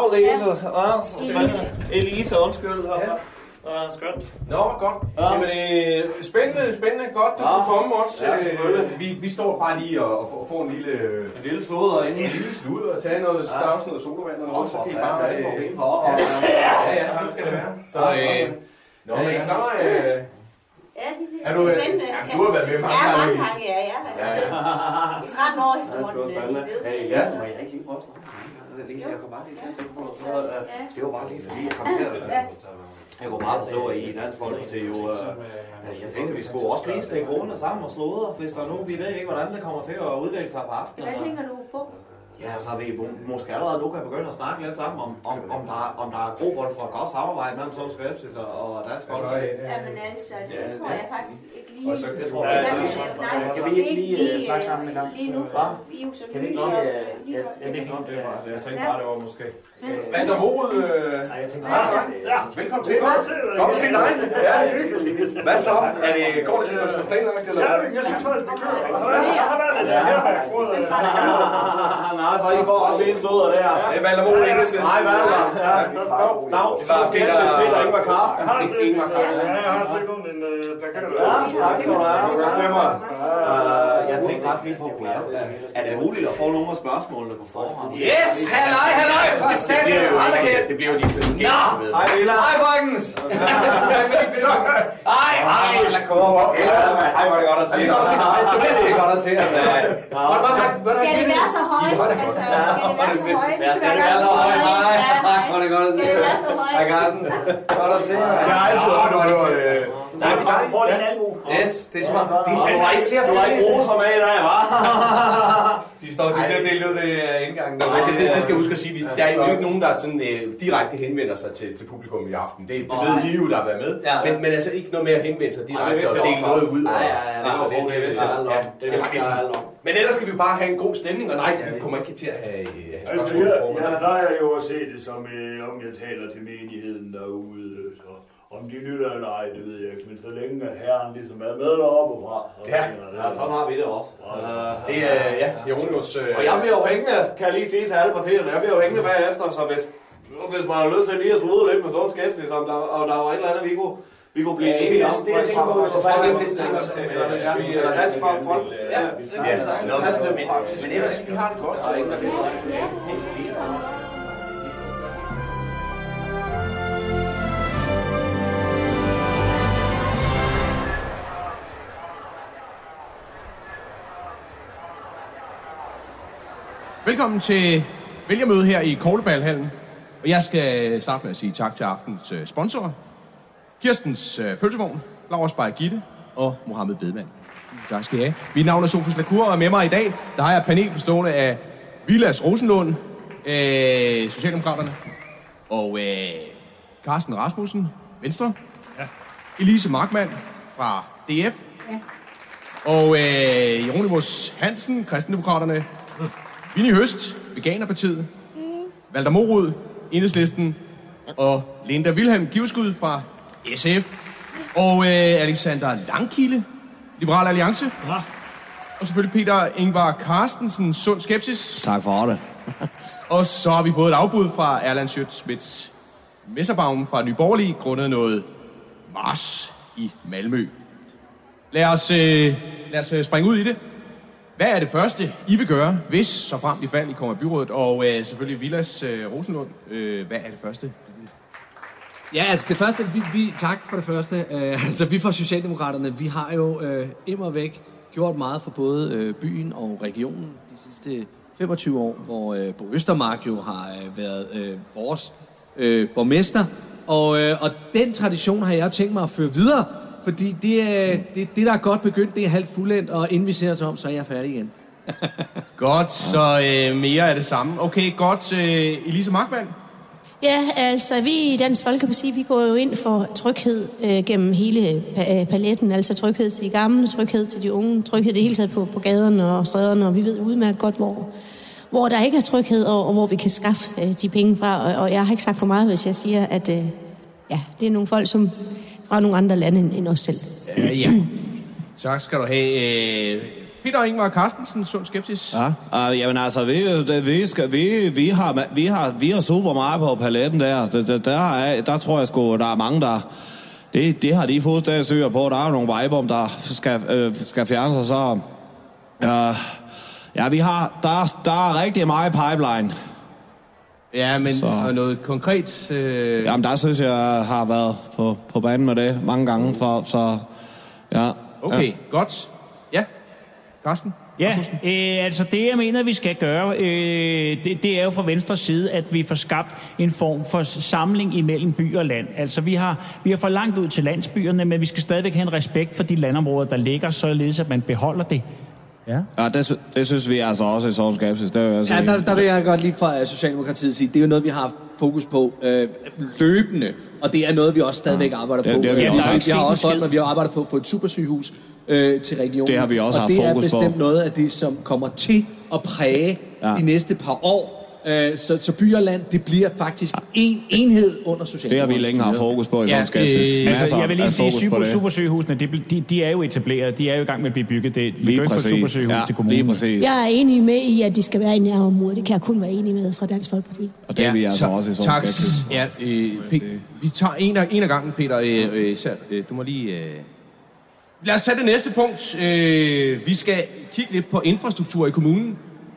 Lise. Elise, undskyld. Ja, skønt. Nå, godt. Ja. Jamen, øh, spændende, spændende. Godt, du ja. kunne komme også. Ja, øh, vi, vi står bare lige og, og får en lille... En lille sludder inde. En lille sludder og tage noget, ja. Der er også noget sodavand og noget, så kan I bare... Øh, for, ja, ja, ja, sådan skal det være. Så, øh, Nå, men er I klar? Øh, Ja, det er du, er spændende. Ja, du har været med mange gange. Ja, mange gange, ja. Jeg har været i tretten år efterhånden. Hey, ja, så må jeg ikke lige prøve at snakke. Lise, jeg kom bare lige til at tænke på, så det var bare lige fordi, jeg kom til at... Jeg kunne bare forstå, at I Dansk Folkeparti jo... Jeg tænkte, at vi skulle også lige stikke hovederne sammen og slåde, hvis der er nu, vi ved ikke, hvordan det kommer til at udvikle sig på aftenen. Hvad tænker du på? Ja, så vi måske allerede nu kan begynde at snakke lidt sammen om, om, om, der, om der er grobund for et godt samarbejde mellem Sund Skepsis og Dansk Folkeparti. Jamen altså, det tror jeg faktisk ikke lige... Og så det tror jeg, jeg ikke. Nej, kan vi ikke lige snakke sammen en gang? Lige nu, vi er jo så nye, så... Ja, det er fint, det var jeg tænkte bare, det var måske... Vander Morud, Nej, jeg tænkte bare... Velkommen til. Godt at se dig. Ja, hvad så? Er det, går det til, at du skal planlagt, eller? Ja, jeg synes faktisk, det kører. Nej, så I får også lige en slåder der. Det er Vander Morud, Engelsen. Nej, Vander. Ja. Dag, så skal jeg til Peter Ingvar Carsten. Ingvar Carsten. Ja, jeg har set en plakat. Ja, tak skal du have. Jeg stemmer. Jeg tænkte faktisk lige på, er det muligt at få nogle af spørgsmålene på forhånd? Yes! Halløj, halløj! For satan! Det bliver jo lige sådan en gæld. Hej, Vilas! Hej, folkens! Hej, hej! Lad komme over. Hej, hvor er det godt at se dig. Det er godt at se dig. Skal det være så højt? Altså, skal det være så højt? Ja, skal det være så højt? Hej, hej, hvor er det godt at se dig. Skal det være så højt? Hej, Carsten. Godt at se dig. Jeg er altid højt. Nej, vi får lige en albu. Yes, det er smart. De falder ikke til at få det. Du har ikke roser med i dag, hva'? De står de der delt ud ved indgangen. Nej, det, det, det skal jeg huske at sige. Der er jo ikke nogen, der sådan, øh, direkte henvender sig til, til publikum i aften. Det, det ved I jo, der har været med. Ja. Men, men altså ikke noget med at henvende sig direkte og dele noget ud. Ja, ja, ja. Det er vist alt om. Men ellers skal vi bare have en god stemning, og nej, vi kommer ikke til at have, have spørgsmål altså, jeg, jeg plejer jo at se det som, øh, om jeg taler til menigheden derude, så om de lytter eller ej, det ved jeg ikke, men så længe at herren ligesom er med deroppe fra. Ja, ja, sådan har vi det også. Uh, det er, ja, Jeronius... Uh, og jeg bliver jo hængende, kan jeg lige sige til alle partierne, jeg bliver jo hængende bagefter, så hvis, hvis man har lyst til lige at slude lidt med Sund Skepsis, om der, og der var et eller andet, vi kunne... Vi kunne blive enige om, det jeg tænker på, så faktisk det, det tænker eller dansk folk. Ja, men ellers, vi har det godt, så ikke, når vi har Velkommen til vælgermøde her i Koglebalhallen. Og jeg skal starte med at sige tak til aftens sponsorer. Kirstens øh, Pølsevogn, Laura Beyer-Gitte og Mohammed Bedman. Tak skal I have. Mit navn er Sofus Lacour, og med mig i dag, der har jeg et panel bestående af Vilas Rosenlund, øh, Socialdemokraterne, og øh, Carsten Rasmussen, Venstre, ja. Elise Markmann fra D F, ja. Og øh, Jeronimus Hansen, Kristendemokraterne, mm. Vinnie Høst, Veganerpartiet, mm. Valter Morud, Enhedslisten, og Linda Wilhelm Givskud fra S F. Og øh, Alexander Langkilde, Liberal Alliance. Ja. Og selvfølgelig Peter Ingvar Carstensen, Sund Skepsis. Tak for det. Og så har vi fået et afbud fra Erland Schøtz-Schmitz Messerbaum fra Nye Borgerlige, grundet noget mars i Malmø. Lad os, øh, lad os øh, springe ud i det. Hvad er det første, I vil gøre, hvis så frem i fald I kommer i byrådet? Og øh, selvfølgelig Vilas øh, Rosenlund, øh, hvad er det første? Ja, altså det første, vi, vi tak for det første. Uh, altså vi fra Socialdemokraterne, vi har jo uh, immer væk gjort meget for både uh, byen og regionen de sidste femogtyve år, hvor uh, Bo Østermark jo har uh, været uh, vores uh, borgmester. Og, uh, og den tradition har jeg tænkt mig at føre videre, fordi det, uh, det, det der er godt begyndt, det er halvt fuldendt, og inden vi ser os om, så er jeg færdig igen. Godt, så øh, mere af det samme. Okay, godt. Øh, Elise Markmann? Ja, altså vi i Dansk Folkeparti, vi går jo ind for tryghed øh, gennem hele pa- paletten. Altså tryghed til de gamle, tryghed til de unge, tryghed det hele taget på, på gaderne og stræderne. Og vi ved udmærket godt, hvor, hvor der ikke er tryghed, og, og hvor vi kan skaffe øh, de penge fra. Og, og jeg har ikke sagt for meget, hvis jeg siger, at øh, ja, det er nogle folk som fra nogle andre lande end, end os selv. Uh, ja, tak skal du have. Uh... Peter Ingvar Carstensen, Sund Skepsis. Ja, uh, jamen altså, vi, det, vi, skal, vi, vi, har, vi, har, vi har super meget på paletten der. Der, der, der, er, der tror jeg sgu, der er mange, der... Det, det har de fodstadsøger på. Der er jo nogle vejbom, der skal, øh, skal fjerne sig, så... Uh, ja, vi har... Der, der er rigtig meget pipeline. Ja, men så. Noget konkret... Øh... Jamen, der synes jeg har været på, på banen med det mange gange, for, så... Ja. Okay, ja. Godt. Ja. Carsten? Ja, øh, altså det, jeg mener, vi skal gøre, øh, det, det er jo fra Venstres side, at vi får skabt en form for samling imellem by og land. Altså vi har, vi har for langt ud til landsbyerne, men vi skal stadigvæk have en respekt for de landområder, der ligger, således at man beholder det. Ja, ja det, det synes vi altså også i Sund Skepsis. Det vil jeg ja, der, der vil jeg godt lige fra Socialdemokratiet sige, det er jo noget, vi har haft fokus på øh, løbende, og det er noget, vi også stadigvæk arbejder ja, på. Det, det vi, ja, også vi, vi har også holdt, vi har arbejdet på at få et supersygehus øh, til regionen. Det har vi også og haft fokus på. Og det er bestemt noget af det, som kommer til at præge ja. de næste par år. Øh, så, så by og land, det bliver faktisk en enhed under Socialdemokratiet. Det har vi længe haft fokus på i ja, Sund Skepsis. Øh, altså, jeg vil lige sige, super, supersygehusene, de, de, de er jo etableret, de er jo i gang med at blive bygget. Det, vi kan ikke få supersygehus ja, til kommunen. Jeg er enig med i, at de skal være i nærområdet. Det kan jeg kun være enig med fra Dansk Folkeparti. Og det er ja, vi altså også i Sund Skepsis. Ja, øh, vi tager en af, en af gangen, Peter. Øh, øh, du må lige... Øh... Lad os tage det næste punkt. Øh, vi skal kigge lidt på infrastruktur i kommunen.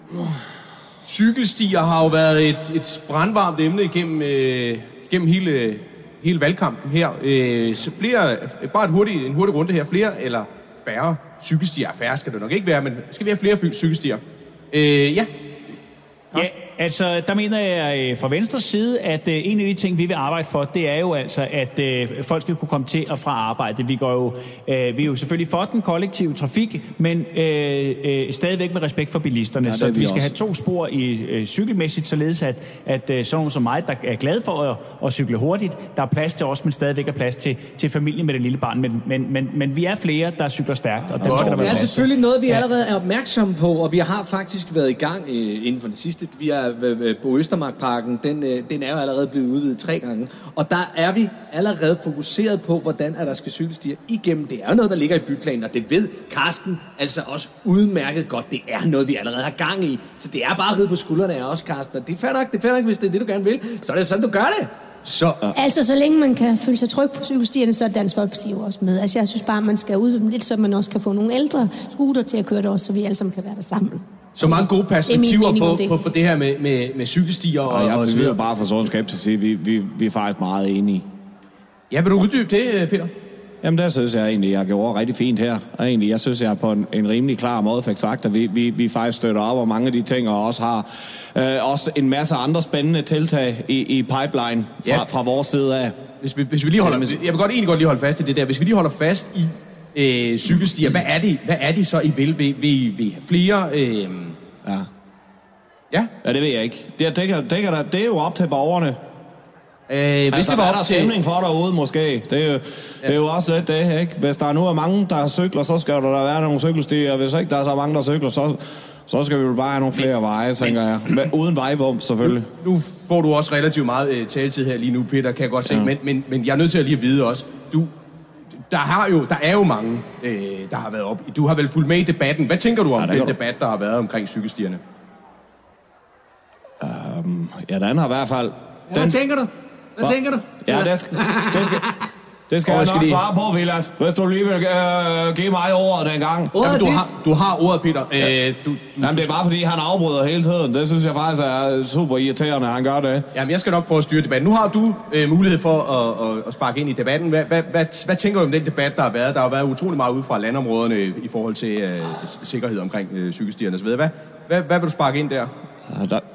Cykelstier har jo været et, et brandvarmt emne igennem, øh, igennem hele, hele valgkampen her. Øh, så flere, bare et hurtigt, en hurtig runde her. Flere eller færre cykelstier? Færre skal det nok ikke være, men skal vi have flere cykelstier? Øh, ja. Ja, altså, der mener jeg fra Venstres side, at øh, en af de ting, vi vil arbejde for, det er jo altså, at øh, folk skal kunne komme til og fra arbejde. Vi går jo, øh, vi er jo selvfølgelig for den kollektive trafik, men øh, øh, stadigvæk med respekt for bilisterne. Ja, så vi, vi skal også have to spor i øh, cykelmæssigt, således at, at øh, sådan nogen som mig, der er glad for at, at cykle hurtigt, der er plads til os, men stadigvæk er plads til, til familien med det lille barn. Men, men, men, men vi er flere, der cykler stærkt, og det skal der være. Det er selvfølgelig noget, vi allerede er opmærksomme på, og vi har faktisk været i gang øh, inden for det sidste. Vi er Bo Østermark-parken, den, den er jo allerede blevet udvidet tre gange, og der er vi allerede fokuseret på, hvordan er der skal cykelstier igennem. Det er jo noget, der ligger i byplanen, og det ved Carsten altså også udmærket godt. Det er noget, vi allerede har gang i, så det er bare at ride på skuldrene af os, Carsten, og det er fair nok, det er fair nok, hvis det er det, du gerne vil, så er det sådan, du gør det. Så, uh... Altså, så længe man kan føle sig tryg på cykelstierne, så er Dansk Folkeparti jo også med. Altså, jeg synes bare, man skal udvide dem lidt, så man også kan få nogle ældre scooter til at køre det også, så vi alle sammen kan være der sammen. Så mange gode perspektiver på, på, på det her med, med, med cykelstier og, og jeg og så videre. Bare for Sund Skepsis at sige, vi, vi, vi er faktisk meget enige. Ja, vil du uddybe det, Peter? Jamen, der synes jeg egentlig, jeg gjorde rigtig fint her. Og egentlig, jeg synes, jeg på en, en rimelig klar måde fik sagt, at vi, vi, vi faktisk støtter op om mange af de ting, og også har øh, også en masse andre spændende tiltag i, i pipeline fra, ja. fra vores side af. Hvis vi, hvis vi lige holder, jeg vil godt egentlig godt lige holde fast i det der. Hvis vi lige holder fast i øh, cykelstier, hvad er det, hvad er det så, I vil? Vil, vil, vil have flere... Øh, ja. Ja? Ja, det ved jeg ikke. Det, det, kan, det, kan, det er jo op til borgerne. Øh, hvis altså, det var op op der til... stemning for derude, måske. Det er, jo, ja. det er jo også lidt det, ikke? Hvis der nu er mange, der cykler, så skal der være nogle cykelstier. Og hvis ikke der er så mange, der cykler, så, så skal vi jo bare have nogle flere men, veje, tænker men, jeg. Men, uden vejbom, selvfølgelig. Nu, nu får du også relativt meget øh, taletid her lige nu, Peter, kan jeg godt se. Ja. Men, men, men jeg er nødt til at lige at vide også. Du, der, har jo, der er jo mange, øh, der har været op. Du har vel fulgt med i debatten. Hvad tænker du om ja, den debat, der har været omkring cykelstierne? Um, ja, den har i hvert fald... Ja, hvad tænker du? Hvad tænker du? Ja, det skal, det skal, det skal jeg nok de... svare på, Vilas. Hvis du lige vil øh, give mig ordet dengang. Jamen, du, har, du har ordet, Peter. Ja. Øh, du, du, Jamen, det er bare fordi, han afbryder hele tiden. Det synes jeg faktisk er super irriterende, at han gør det. Jamen, jeg skal nok prøve at styre debatten. Nu har du øh, mulighed for at, at, at sparke ind i debatten. Hvad, hvad, hvad, hvad tænker du om den debat, der har været? Der har været utrolig meget ude fra landområderne i forhold til øh, sikkerhed omkring øh, cykelstierne osv. Hvad, hvad, hvad vil du sparke ind der? Ja, der...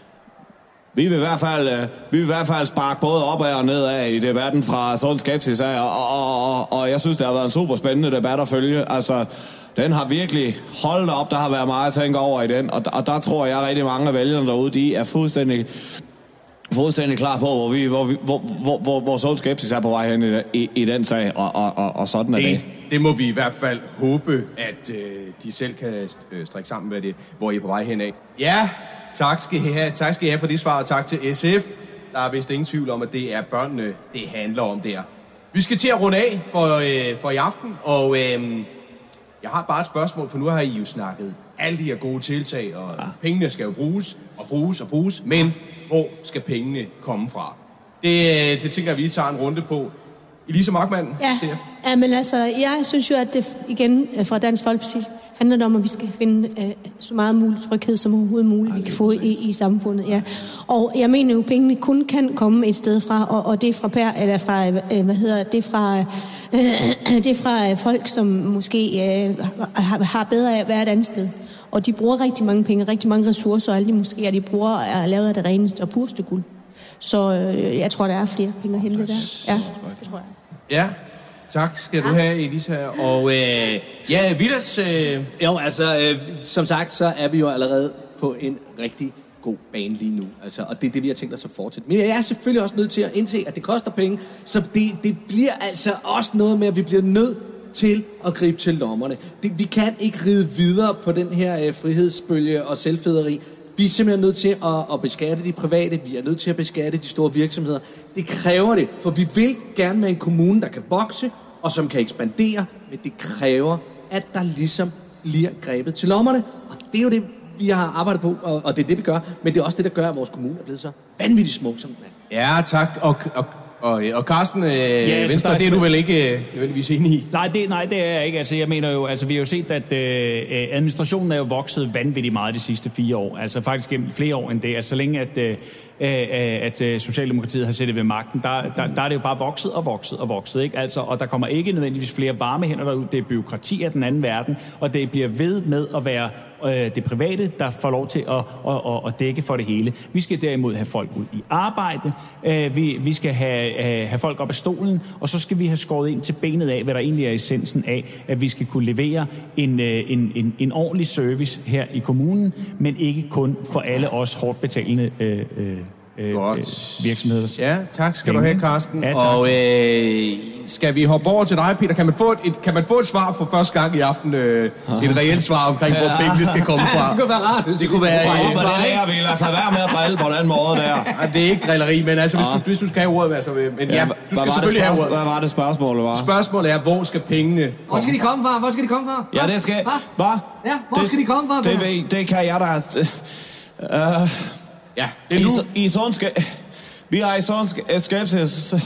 Vi vil i hvert fald, øh, vi vil i hvert fald sparke både opad og nedad i debatten fra Sund Skepsis af, og, og, og, og jeg synes, det har været en super spændende debat at følge. Altså, den har virkelig holdt op, der har været meget at tænke over i den, og, og der tror jeg rigtig mange af vælgerne derude, de er fuldstændig, fuldstændig klar på, hvor, vi, hvor, vi, hvor, hvor, hvor, hvor Sund Skepsis er på vej hen i, i, i den sag, og, og, og, og sådan er det. det. Det må vi i hvert fald håbe, at øh, de selv kan øh, strikke sammen med det, hvor I er på vej hen af. Ja, tak skal I have. Tak skal I have for det svar, og tak til S F. Der er vist ingen tvivl om, at det er børnene, det handler om der. Vi skal til at runde af for, øh, for i aften, og øh, jeg har bare et spørgsmål, for nu har I jo snakket alle de her gode tiltag, og ja. Pengene skal jo bruges, og bruges og bruges, men hvor skal pengene komme fra? Det, det tænker jeg, vi tager en runde på. Elisa Markmann, ja. ja, men altså, jeg synes jo, at det igen fra Dansk Folkeparti handler det om, at vi skal finde øh, så meget mulig tryghed som overhovedet muligt, vi kan få i, i samfundet. Ja. Og jeg mener jo, at pengene kun kan komme et sted fra, og, og det er fra per, eller fra, øh, hvad hedder det, fra, øh, det er fra folk, som måske øh, har, har bedre af at være et andet sted. Og de bruger rigtig mange penge, rigtig mange ressourcer, og alle de måske, de bruger er lavet af det reneste og pureste guld. Så øh, jeg tror, der er flere penge at hente der. Ja, det tror jeg. Ja, tak skal du have, Elisa. Og øh, ja, Vilas... Øh... Jo, altså, øh, som sagt, så er vi jo allerede på en rigtig god bane lige nu. Altså, og det er det, vi har tænkt os at fortsætte. Men jeg er selvfølgelig også nødt til at indse, at det koster penge. Så det, det bliver altså også noget med, at vi bliver nødt til at gribe til lommerne. Det, vi kan ikke ride videre på den her øh, frihedsbølge og selvfederi. Vi er simpelthen nødt til at, at beskatte de private. Vi er nødt til at beskatte de store virksomheder. Det kræver det, for vi vil gerne med en kommune, der kan vokse og som kan ekspandere, men det kræver, at der ligesom bliver grebet til lommerne. Og det er jo det, vi har arbejdet på, og, og det er det, vi gør. Men det er også det, der gør, at vores kommune er blevet så vanvittigt smuk som den er. Ja, tak. Og, og, og, og Carsten, øh, ja, Venstre, det er du vel ikke nødvendigvis enig i? Nej det, nej, det er jeg ikke. Altså, jeg mener jo, altså, vi har jo set, at øh, administrationen er jo vokset vanvittigt meget de sidste fire år. Altså faktisk gennem flere år end det. Altså, så længe at, øh, at øh, Socialdemokratiet har siddet ved magten, der, der, der er det jo bare vokset og vokset og vokset. Ikke? Altså, og der kommer ikke nødvendigvis flere varme hænder derud. Det er byråkrati af den anden verden, og det bliver ved med at være det private, der får lov til at, at, at, at dække for det hele. Vi skal derimod have folk ud i arbejde, vi, vi skal have, have folk op af stolen, og så skal vi have skåret ind til benet af, hvad der egentlig er essensen af, at vi skal kunne levere en, en, en, en ordentlig service her i kommunen, men ikke kun for alle os hårdt betalende øh, øh, Godt. virksomheder. Ja, tak skal du have, Carsten. Ja, og øh, skal vi hoppe over til dig, Peter? Kan man få et, kan man få et svar for første gang i aften? Øh, et reelt svar omkring, hvor pengene skal komme fra? Det kunne være rart. Det kunne være... Ja, det er, vi lader sig være med at drille på den måde der. Ja, det er ikke drilleri, men altså, hvis, du, hvis du skal have ordet, altså, men ja, du skal selvfølgelig have ordet. Hvad var det spørgsmålet, var? Spørgsmålet er, hvor skal pengene komme? Hvor skal de komme fra? Hvor skal de komme fra? Ja, det skal... Hvad? Ja, hvor det, skal de komme fra? Det, det, det kan jeg da... Uh, ja, det er nu. I, i sådan skal... Vi har i sådan skepsis...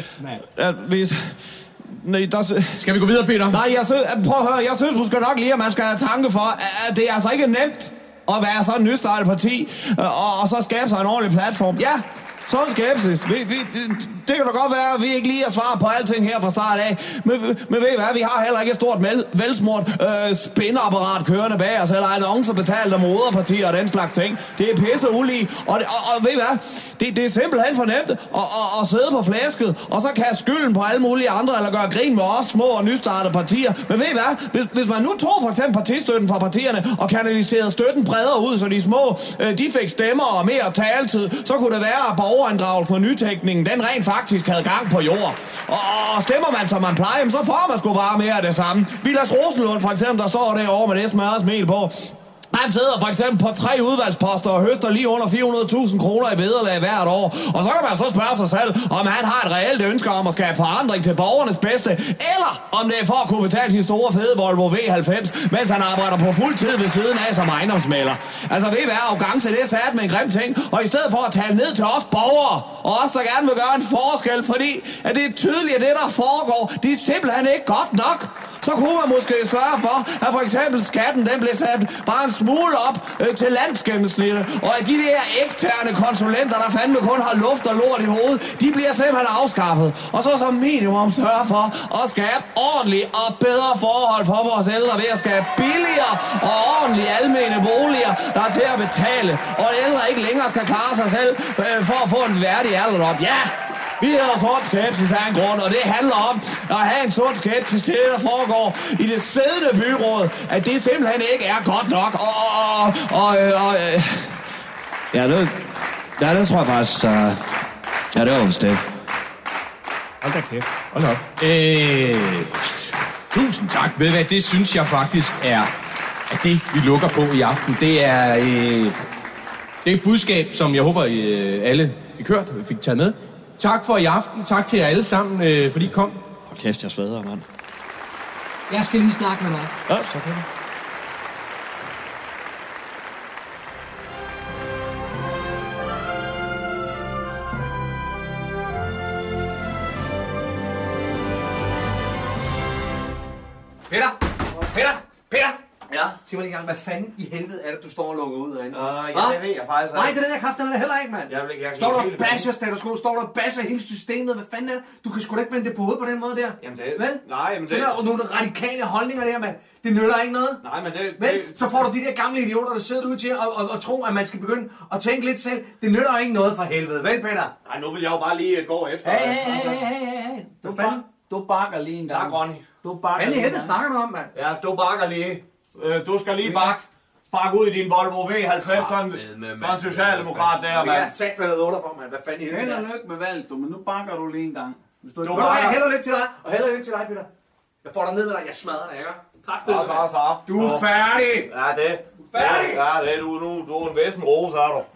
At vi... Nej, der... Skal vi gå videre, Peter? Nej, jeg synes, prøv at høre, jeg synes måske nok lige, at man skal have tanke for, at det er altså ikke nemt at være sådan en nystartet parti, og, og så skabe sig en ordentlig platform. Ja, sådan skepsis. Vi, vi, det, det kan da godt være, at vi ikke lige har svaret på alting her fra start af. Men, men ved I hvad, vi har heller ikke et stort mel- velsmurt øh, spinapparat kørende bag os, eller annoncer betalt af moderpartier og den slags ting. Det er pisse ulige. Og, og, og ved I hvad, det, det er simpelthen for nemt at, at, at sidde på flæsket, og så kaste skylden på alle mulige andre, eller gøre grin med os små og nystartede partier. Men ved I hvad, hvis, hvis man nu tog for eksempel partistøtten fra partierne, og kanaliserede støtten bredere ud, så de små, øh, de fik stemmer og mere taletid, så kunne det være, at borgerinddragelse for nytænkningen, den rent faktisk havde gang på jord. Og, og stemmer man, som man plejer, så får man sgu bare mere af det samme. Vilas Rosenlund, for eksempel, der står derovre med det smørret smil på. Han sidder for eksempel på tre udvalgsposter og høster lige under fire hundrede tusind kroner i vederlag hvert år. Og så kan man så spørge sig selv, om han har et reelt ønske om at skabe forandring til borgernes bedste, eller om det er for at kunne betale sin store fede Volvo V halvfems, mens han arbejder på fuld tid ved siden af som ejendomsmægler. Altså ved I hvad, arrogance, det er sat med en grim ting, og i stedet for at tale ned til os borgere, og os der gerne vil gøre en forskel, fordi at det er tydeligt, at det der foregår, det er simpelthen ikke godt nok. Så kunne man måske sørge for, at for eksempel skatten, den blev sat bare en smule op øh, til landsgennemsnittet, og at de der eksterne konsulenter, der fandme kun har luft og lort i hovedet, de bliver simpelthen afskaffet. Og så som minimum sørge for at skabe ordentlige og bedre forhold for vores ældre ved at skabe billigere og ordentlige almene boliger, der er til at betale, og ældre ikke længere skal klare sig selv øh, for at få en værdig alderdom. Ja! Vi hedder sort skepsis af en grund, og det handler om at have en sort skepsis til det, der foregår i det siddende byråd, at det simpelthen ikke er godt nok. Og, og, og, og, og øh. Ja, det, ja, det tror jeg faktisk, uh, ja, det var vist det. Hold da kæft. Hold op. Øh, tusind tak. Ved I hvad, det synes jeg faktisk er, at det, vi lukker på i aften, det er, øh, det er et budskab, som jeg håber, I øh, alle fik hørt og fik taget med. Tak for i aften. Tak til jer alle sammen, øh, fordi I kom. Hold kæft, jeg sveder, mand. Jeg skal lige snakke med dig. Ja, så kan du. Peter! Peter! Peter! Ja? Sig mig lige gang, hvad fanden i helvede er det, du står og lukker ud derinde? Uh, ja, det ved jeg faktisk. Nej, det er den her kraft, den er der heller ikke, mand. Jeg vil ikke, jeg står du og hele basher status-skole, står du og basher hele systemet, hvad fanden er det? Du kan sgu da ikke vende det på hovedet på den måde der. Jamen det... Vel? Nej, men det... Så der er nogle radikale holdninger der, mand. Det nytter ikke noget. Nej, men det... Vel? det... Så får du de der gamle idioter, der sidder ude til og, og, og tro, at man skal begynde at tænke lidt selv. Det nytter ikke noget for helvede. Vel, Peter? Nej, nu vil jeg jo bare lige gå efter. Hey, hey, hey, hey, hey, hey. Du, fanden? Du bakker lige en gang. Tak, Ronny. Du bakker Fanden i helvede snakker du om, mand? Ja, du bakker lige. Øh, du skal lige bakke. Bakke ud i din Volvo V halvfems, sådan, sådan en socialdemokrat der, mand. Jeg har sagt, hvad der er for, mand. Hvad fanden i helvede? Held og lykke med valget, du, men nu bakker du lige en gang. Hvis du, du bakker. Held og lykke til dig, og held og lykke til dig, Peter. Jeg får dig ned med dig, jeg smadrer dig, ikke? Så, så, så. Du er færdig! Ja, det. Færdig! Ja, det er du nu. Du er en væsen rose, er du.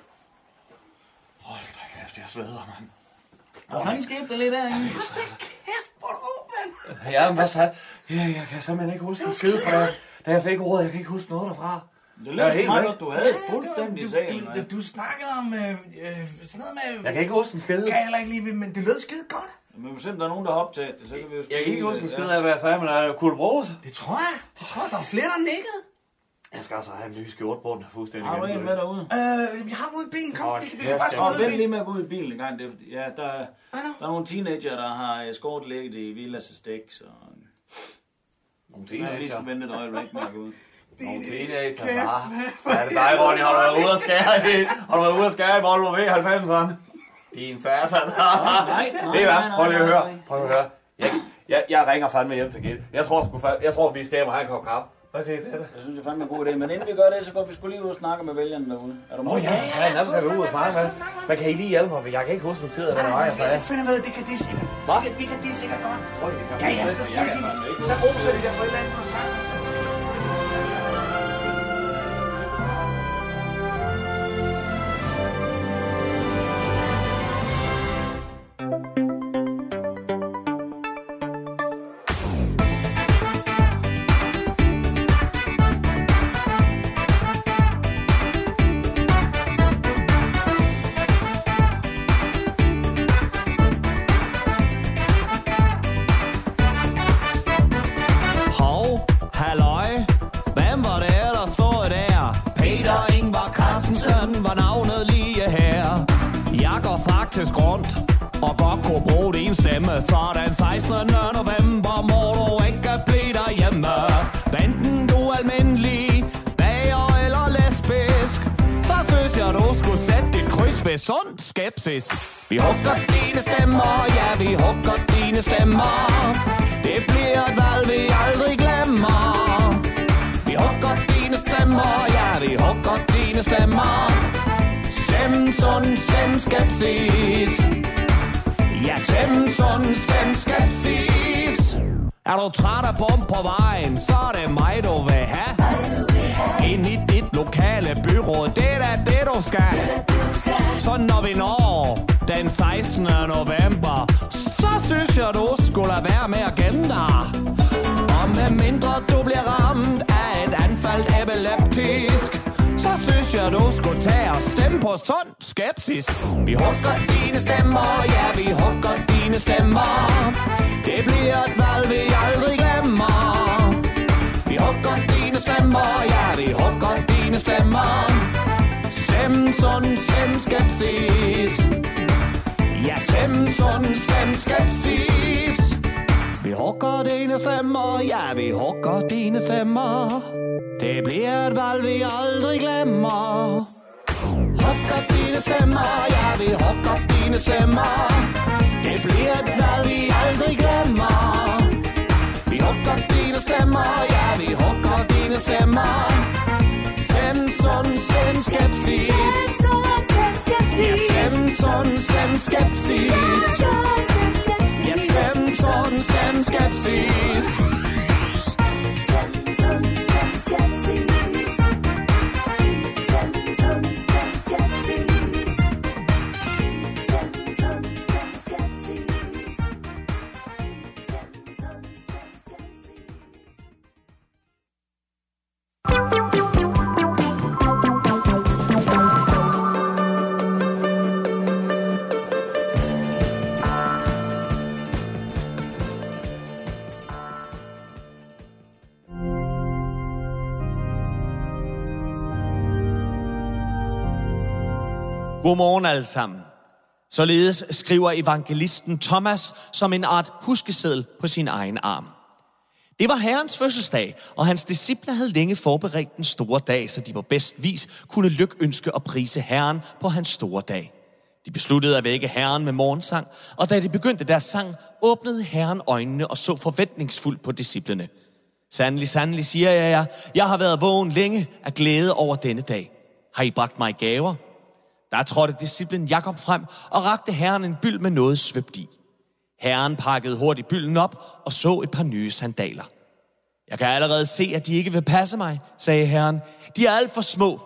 Hold da kæft, jeg sveder, mand. Hvad fanden skete der lidt derinde? Hold da kæft, hvor er du ung, mand. Ja, men hvad så? Ja, jeg kan simpelthen ikke huske en skide fra, da jeg fik ordet. Jeg kan ikke huske noget derfra. Det lød så meget godt, du havde et fuldstændig sag. Du, du, du snakkede om øh, øh, sådan noget med... Jeg kan ikke huske en skide. Det kan jeg heller ikke lige, men det lød skide godt. Men hvis der er nogen, der har optaget det, så kan vi jo... Jeg kan ikke huske en skide af, hvad jeg sagde, men der kunne bruges. Det tror jeg. Det tror jeg, der er flere, der nikkede. Jeg skal altså have en ny skjort på, den er fuldstændig. Har du en med derude? Øh, jeg har ude i bilen. Kom, oh, vi, vi kan bare smide ud i bilen. lige med at gå ud i bilen en gang. Det, ja, der, der er nogle teenager, der har skåret lægget i Villas Stik, så... Nogle teenager? Jeg lige skal vente et øjeblik med at gå ud. Nogle teenager, bare. Er det dig, Ronny? Har du været ude at skære i? Har du været ude at skære i Volvo V halvfems'eren? Din satan. Nej, nej, det er hvad? nej, Prøv lige at nej, høre. nej. Prøv lige at høre. Jeg, jeg, jeg ringer fandme hjem til Gitte. Jeg tror, sgu, fa- jeg tror vi skal hjem og have en kop kaffe. Hvad siger I til det? Jeg synes, det er fandme en god idé. Men inden vi gør det, så går vi skulle lige ud og snakke med vælgerne derude. Er du Åh oh, ja, ja, ja, ja, skal vi ud og snakke med. Men kan I lige hjælpe mig? Jeg kan ikke huske en tid af den vej, jeg sagde. Det finder vi ud af, det kan de sikkert. Hvad? Det, det kan de sikkert godt. Tror I, det kan? Ja, ja, så siger de. Så roser de der for et eller andet, du har sagt. Rundt og godt kunne bruge din stemme. Så den sekstende november må du ikke blive derhjemme. Enten du er almindelig, bager eller lesbisk, så synes jeg du skulle sætte dit kryds ved sund skepsis. Vi hugger dine stemmer, ja vi hugger dine stemmer. Det bliver et valg vi aldrig glemmer. Vi hugger dine stemmer, ja vi hugger dine stemmer. Stem sund, stem skepsis. Ja, stem sund, stem skepsis. Er du træt af bum på vejen, så er det mig, du vil have. Ind i dit lokale byråd. Det er da det, du skal. Så når vi når den sekstende november, så synes jeg, du skulle lade være med at gemme dig. Og med mindre du bliver ramt af et anfald epileptisk, så synes jeg, du skulle tage og stemme på sund skepsis. Vi hugger dine stemmer, ja, vi hugger dine stemmer. Det bliver et valg, vi aldrig glemmer. Vi hugger dine stemmer, ja, vi hugger dine stemmer. Stem sund, stem skepsis. Ja, stem sund, stem skepsis. Vi hugger dine stemmer, ja, vi hugger dine stemmer. Det bliver et valg, vi aldrig glemmer. Hugger dine stemmer, ja, vi hugger dine stemmer. Det bliver et valg, vi aldrig glemmer. Vi hugger dine stemmer, ja, vi hugger dine stemmer. Stem sund, stem skepsis. Ja, stem sund, stem skepsis. Ja, stem sund, stem skepsis. Godmorgen alle sammen. Således skriver evangelisten Thomas som en art huskeseddel på sin egen arm. Det var Herrens fødselsdag, og hans disciple havde længe forberedt den store dag, så de på bedst vis kunne lykønske og prise Herren på hans store dag. De besluttede at vække Herren med morgensang, og da de begyndte deres sang, åbnede Herren øjnene og så forventningsfuldt på disciplene. Sandelig, sandelig, siger jeg jer, jeg har været vågen længe af glæde over denne dag. Har I bragt mig gaver? Der trådte disciplen Jakob frem og rakte Herren en byld med noget svøbt i. Herren pakkede hurtigt bylden op og så et par nye sandaler. Jeg kan allerede se, at de ikke vil passe mig, sagde Herren. De er alt for små.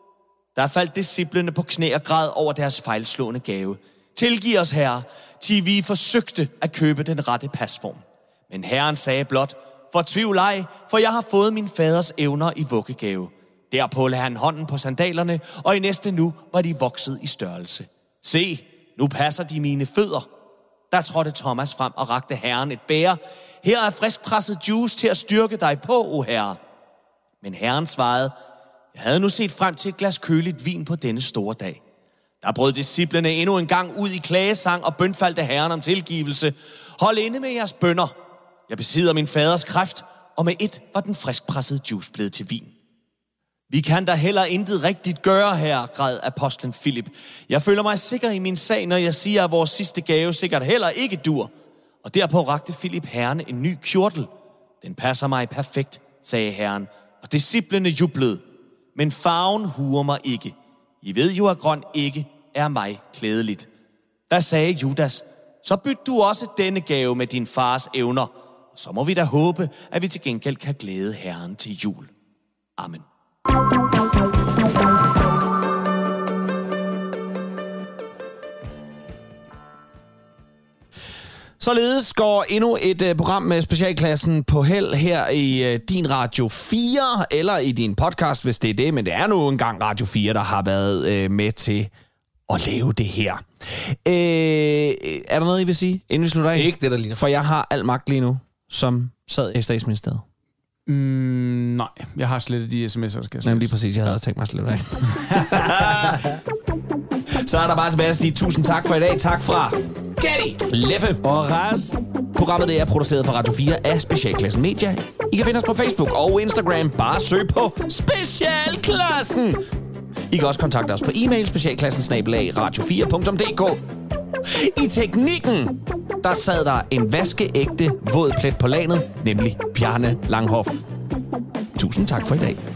Der faldt disciplene på knæ og græd over deres fejlslående gave. Tilgiv os, Herre, til vi forsøgte at købe den rette pasform. Men Herren sagde blot, fortvivl ej, for jeg har fået min faders evner i vuggegave. Derpå lagde han hånden på sandalerne, og i næste nu var de vokset i størrelse. Se, nu passer de mine fødder. Der trådte Thomas frem og rakte Herren et bæger. Her er friskpresset juice til at styrke dig på, o Herre. Men Herren svarede, jeg havde nu set frem til et glas køligt vin på denne store dag. Der brød disciplene endnu en gang ud i klagesang og bønfaldte Herren om tilgivelse. Hold inde med jeres bønner. Jeg besidder min faders kræft, og med et var den friskpressede juice blevet til vin. Vi kan da heller intet rigtigt gøre her, græd apostlen Filip. Jeg føler mig sikker i min sag, når jeg siger, at vores sidste gave sikkert heller ikke dur. Og derpå rakte Filip Herren en ny kjortel. Den passer mig perfekt, sagde Herren, og disciplene jublede. Men farven huer mig ikke. I ved jo, at grøn ikke er mig klædeligt. Der sagde Judas, så byt du også denne gave med din fars evner. Så må vi da håbe, at vi til gengæld kan glæde Herren til jul. Amen. Således går endnu et uh, program med specialklassen på held her i uh, din Radio fire, eller i din podcast, hvis det er det, men det er nu engang Radio fire, der har været uh, med til at lave det her. Uh, er der noget, I vil sige, inden vi slutter af? Ikke det, der ligner. For jeg har al magt lige nu, som sad i Statsministeriet. Mm, nej, jeg har slettet de sms'er, der skal slettes. Jamen lige præcis, jeg havde også tænkt mig at slette af. Så er der bare tilbage at sige tusind tak for i dag. Tak fra Getty, Leffe og Ras. Programmet det er produceret for Radio fire af Specialklassen Media. I kan finde os på Facebook og Instagram. Bare søg på Specialklassen. I kan også kontakte os på e-mail specialklassen snabel-a radio fire punktum d k. I teknikken, der sad der en vaskeægte våd plet på lanet, nemlig Bjarne Langhoff. Tusind tak for i dag.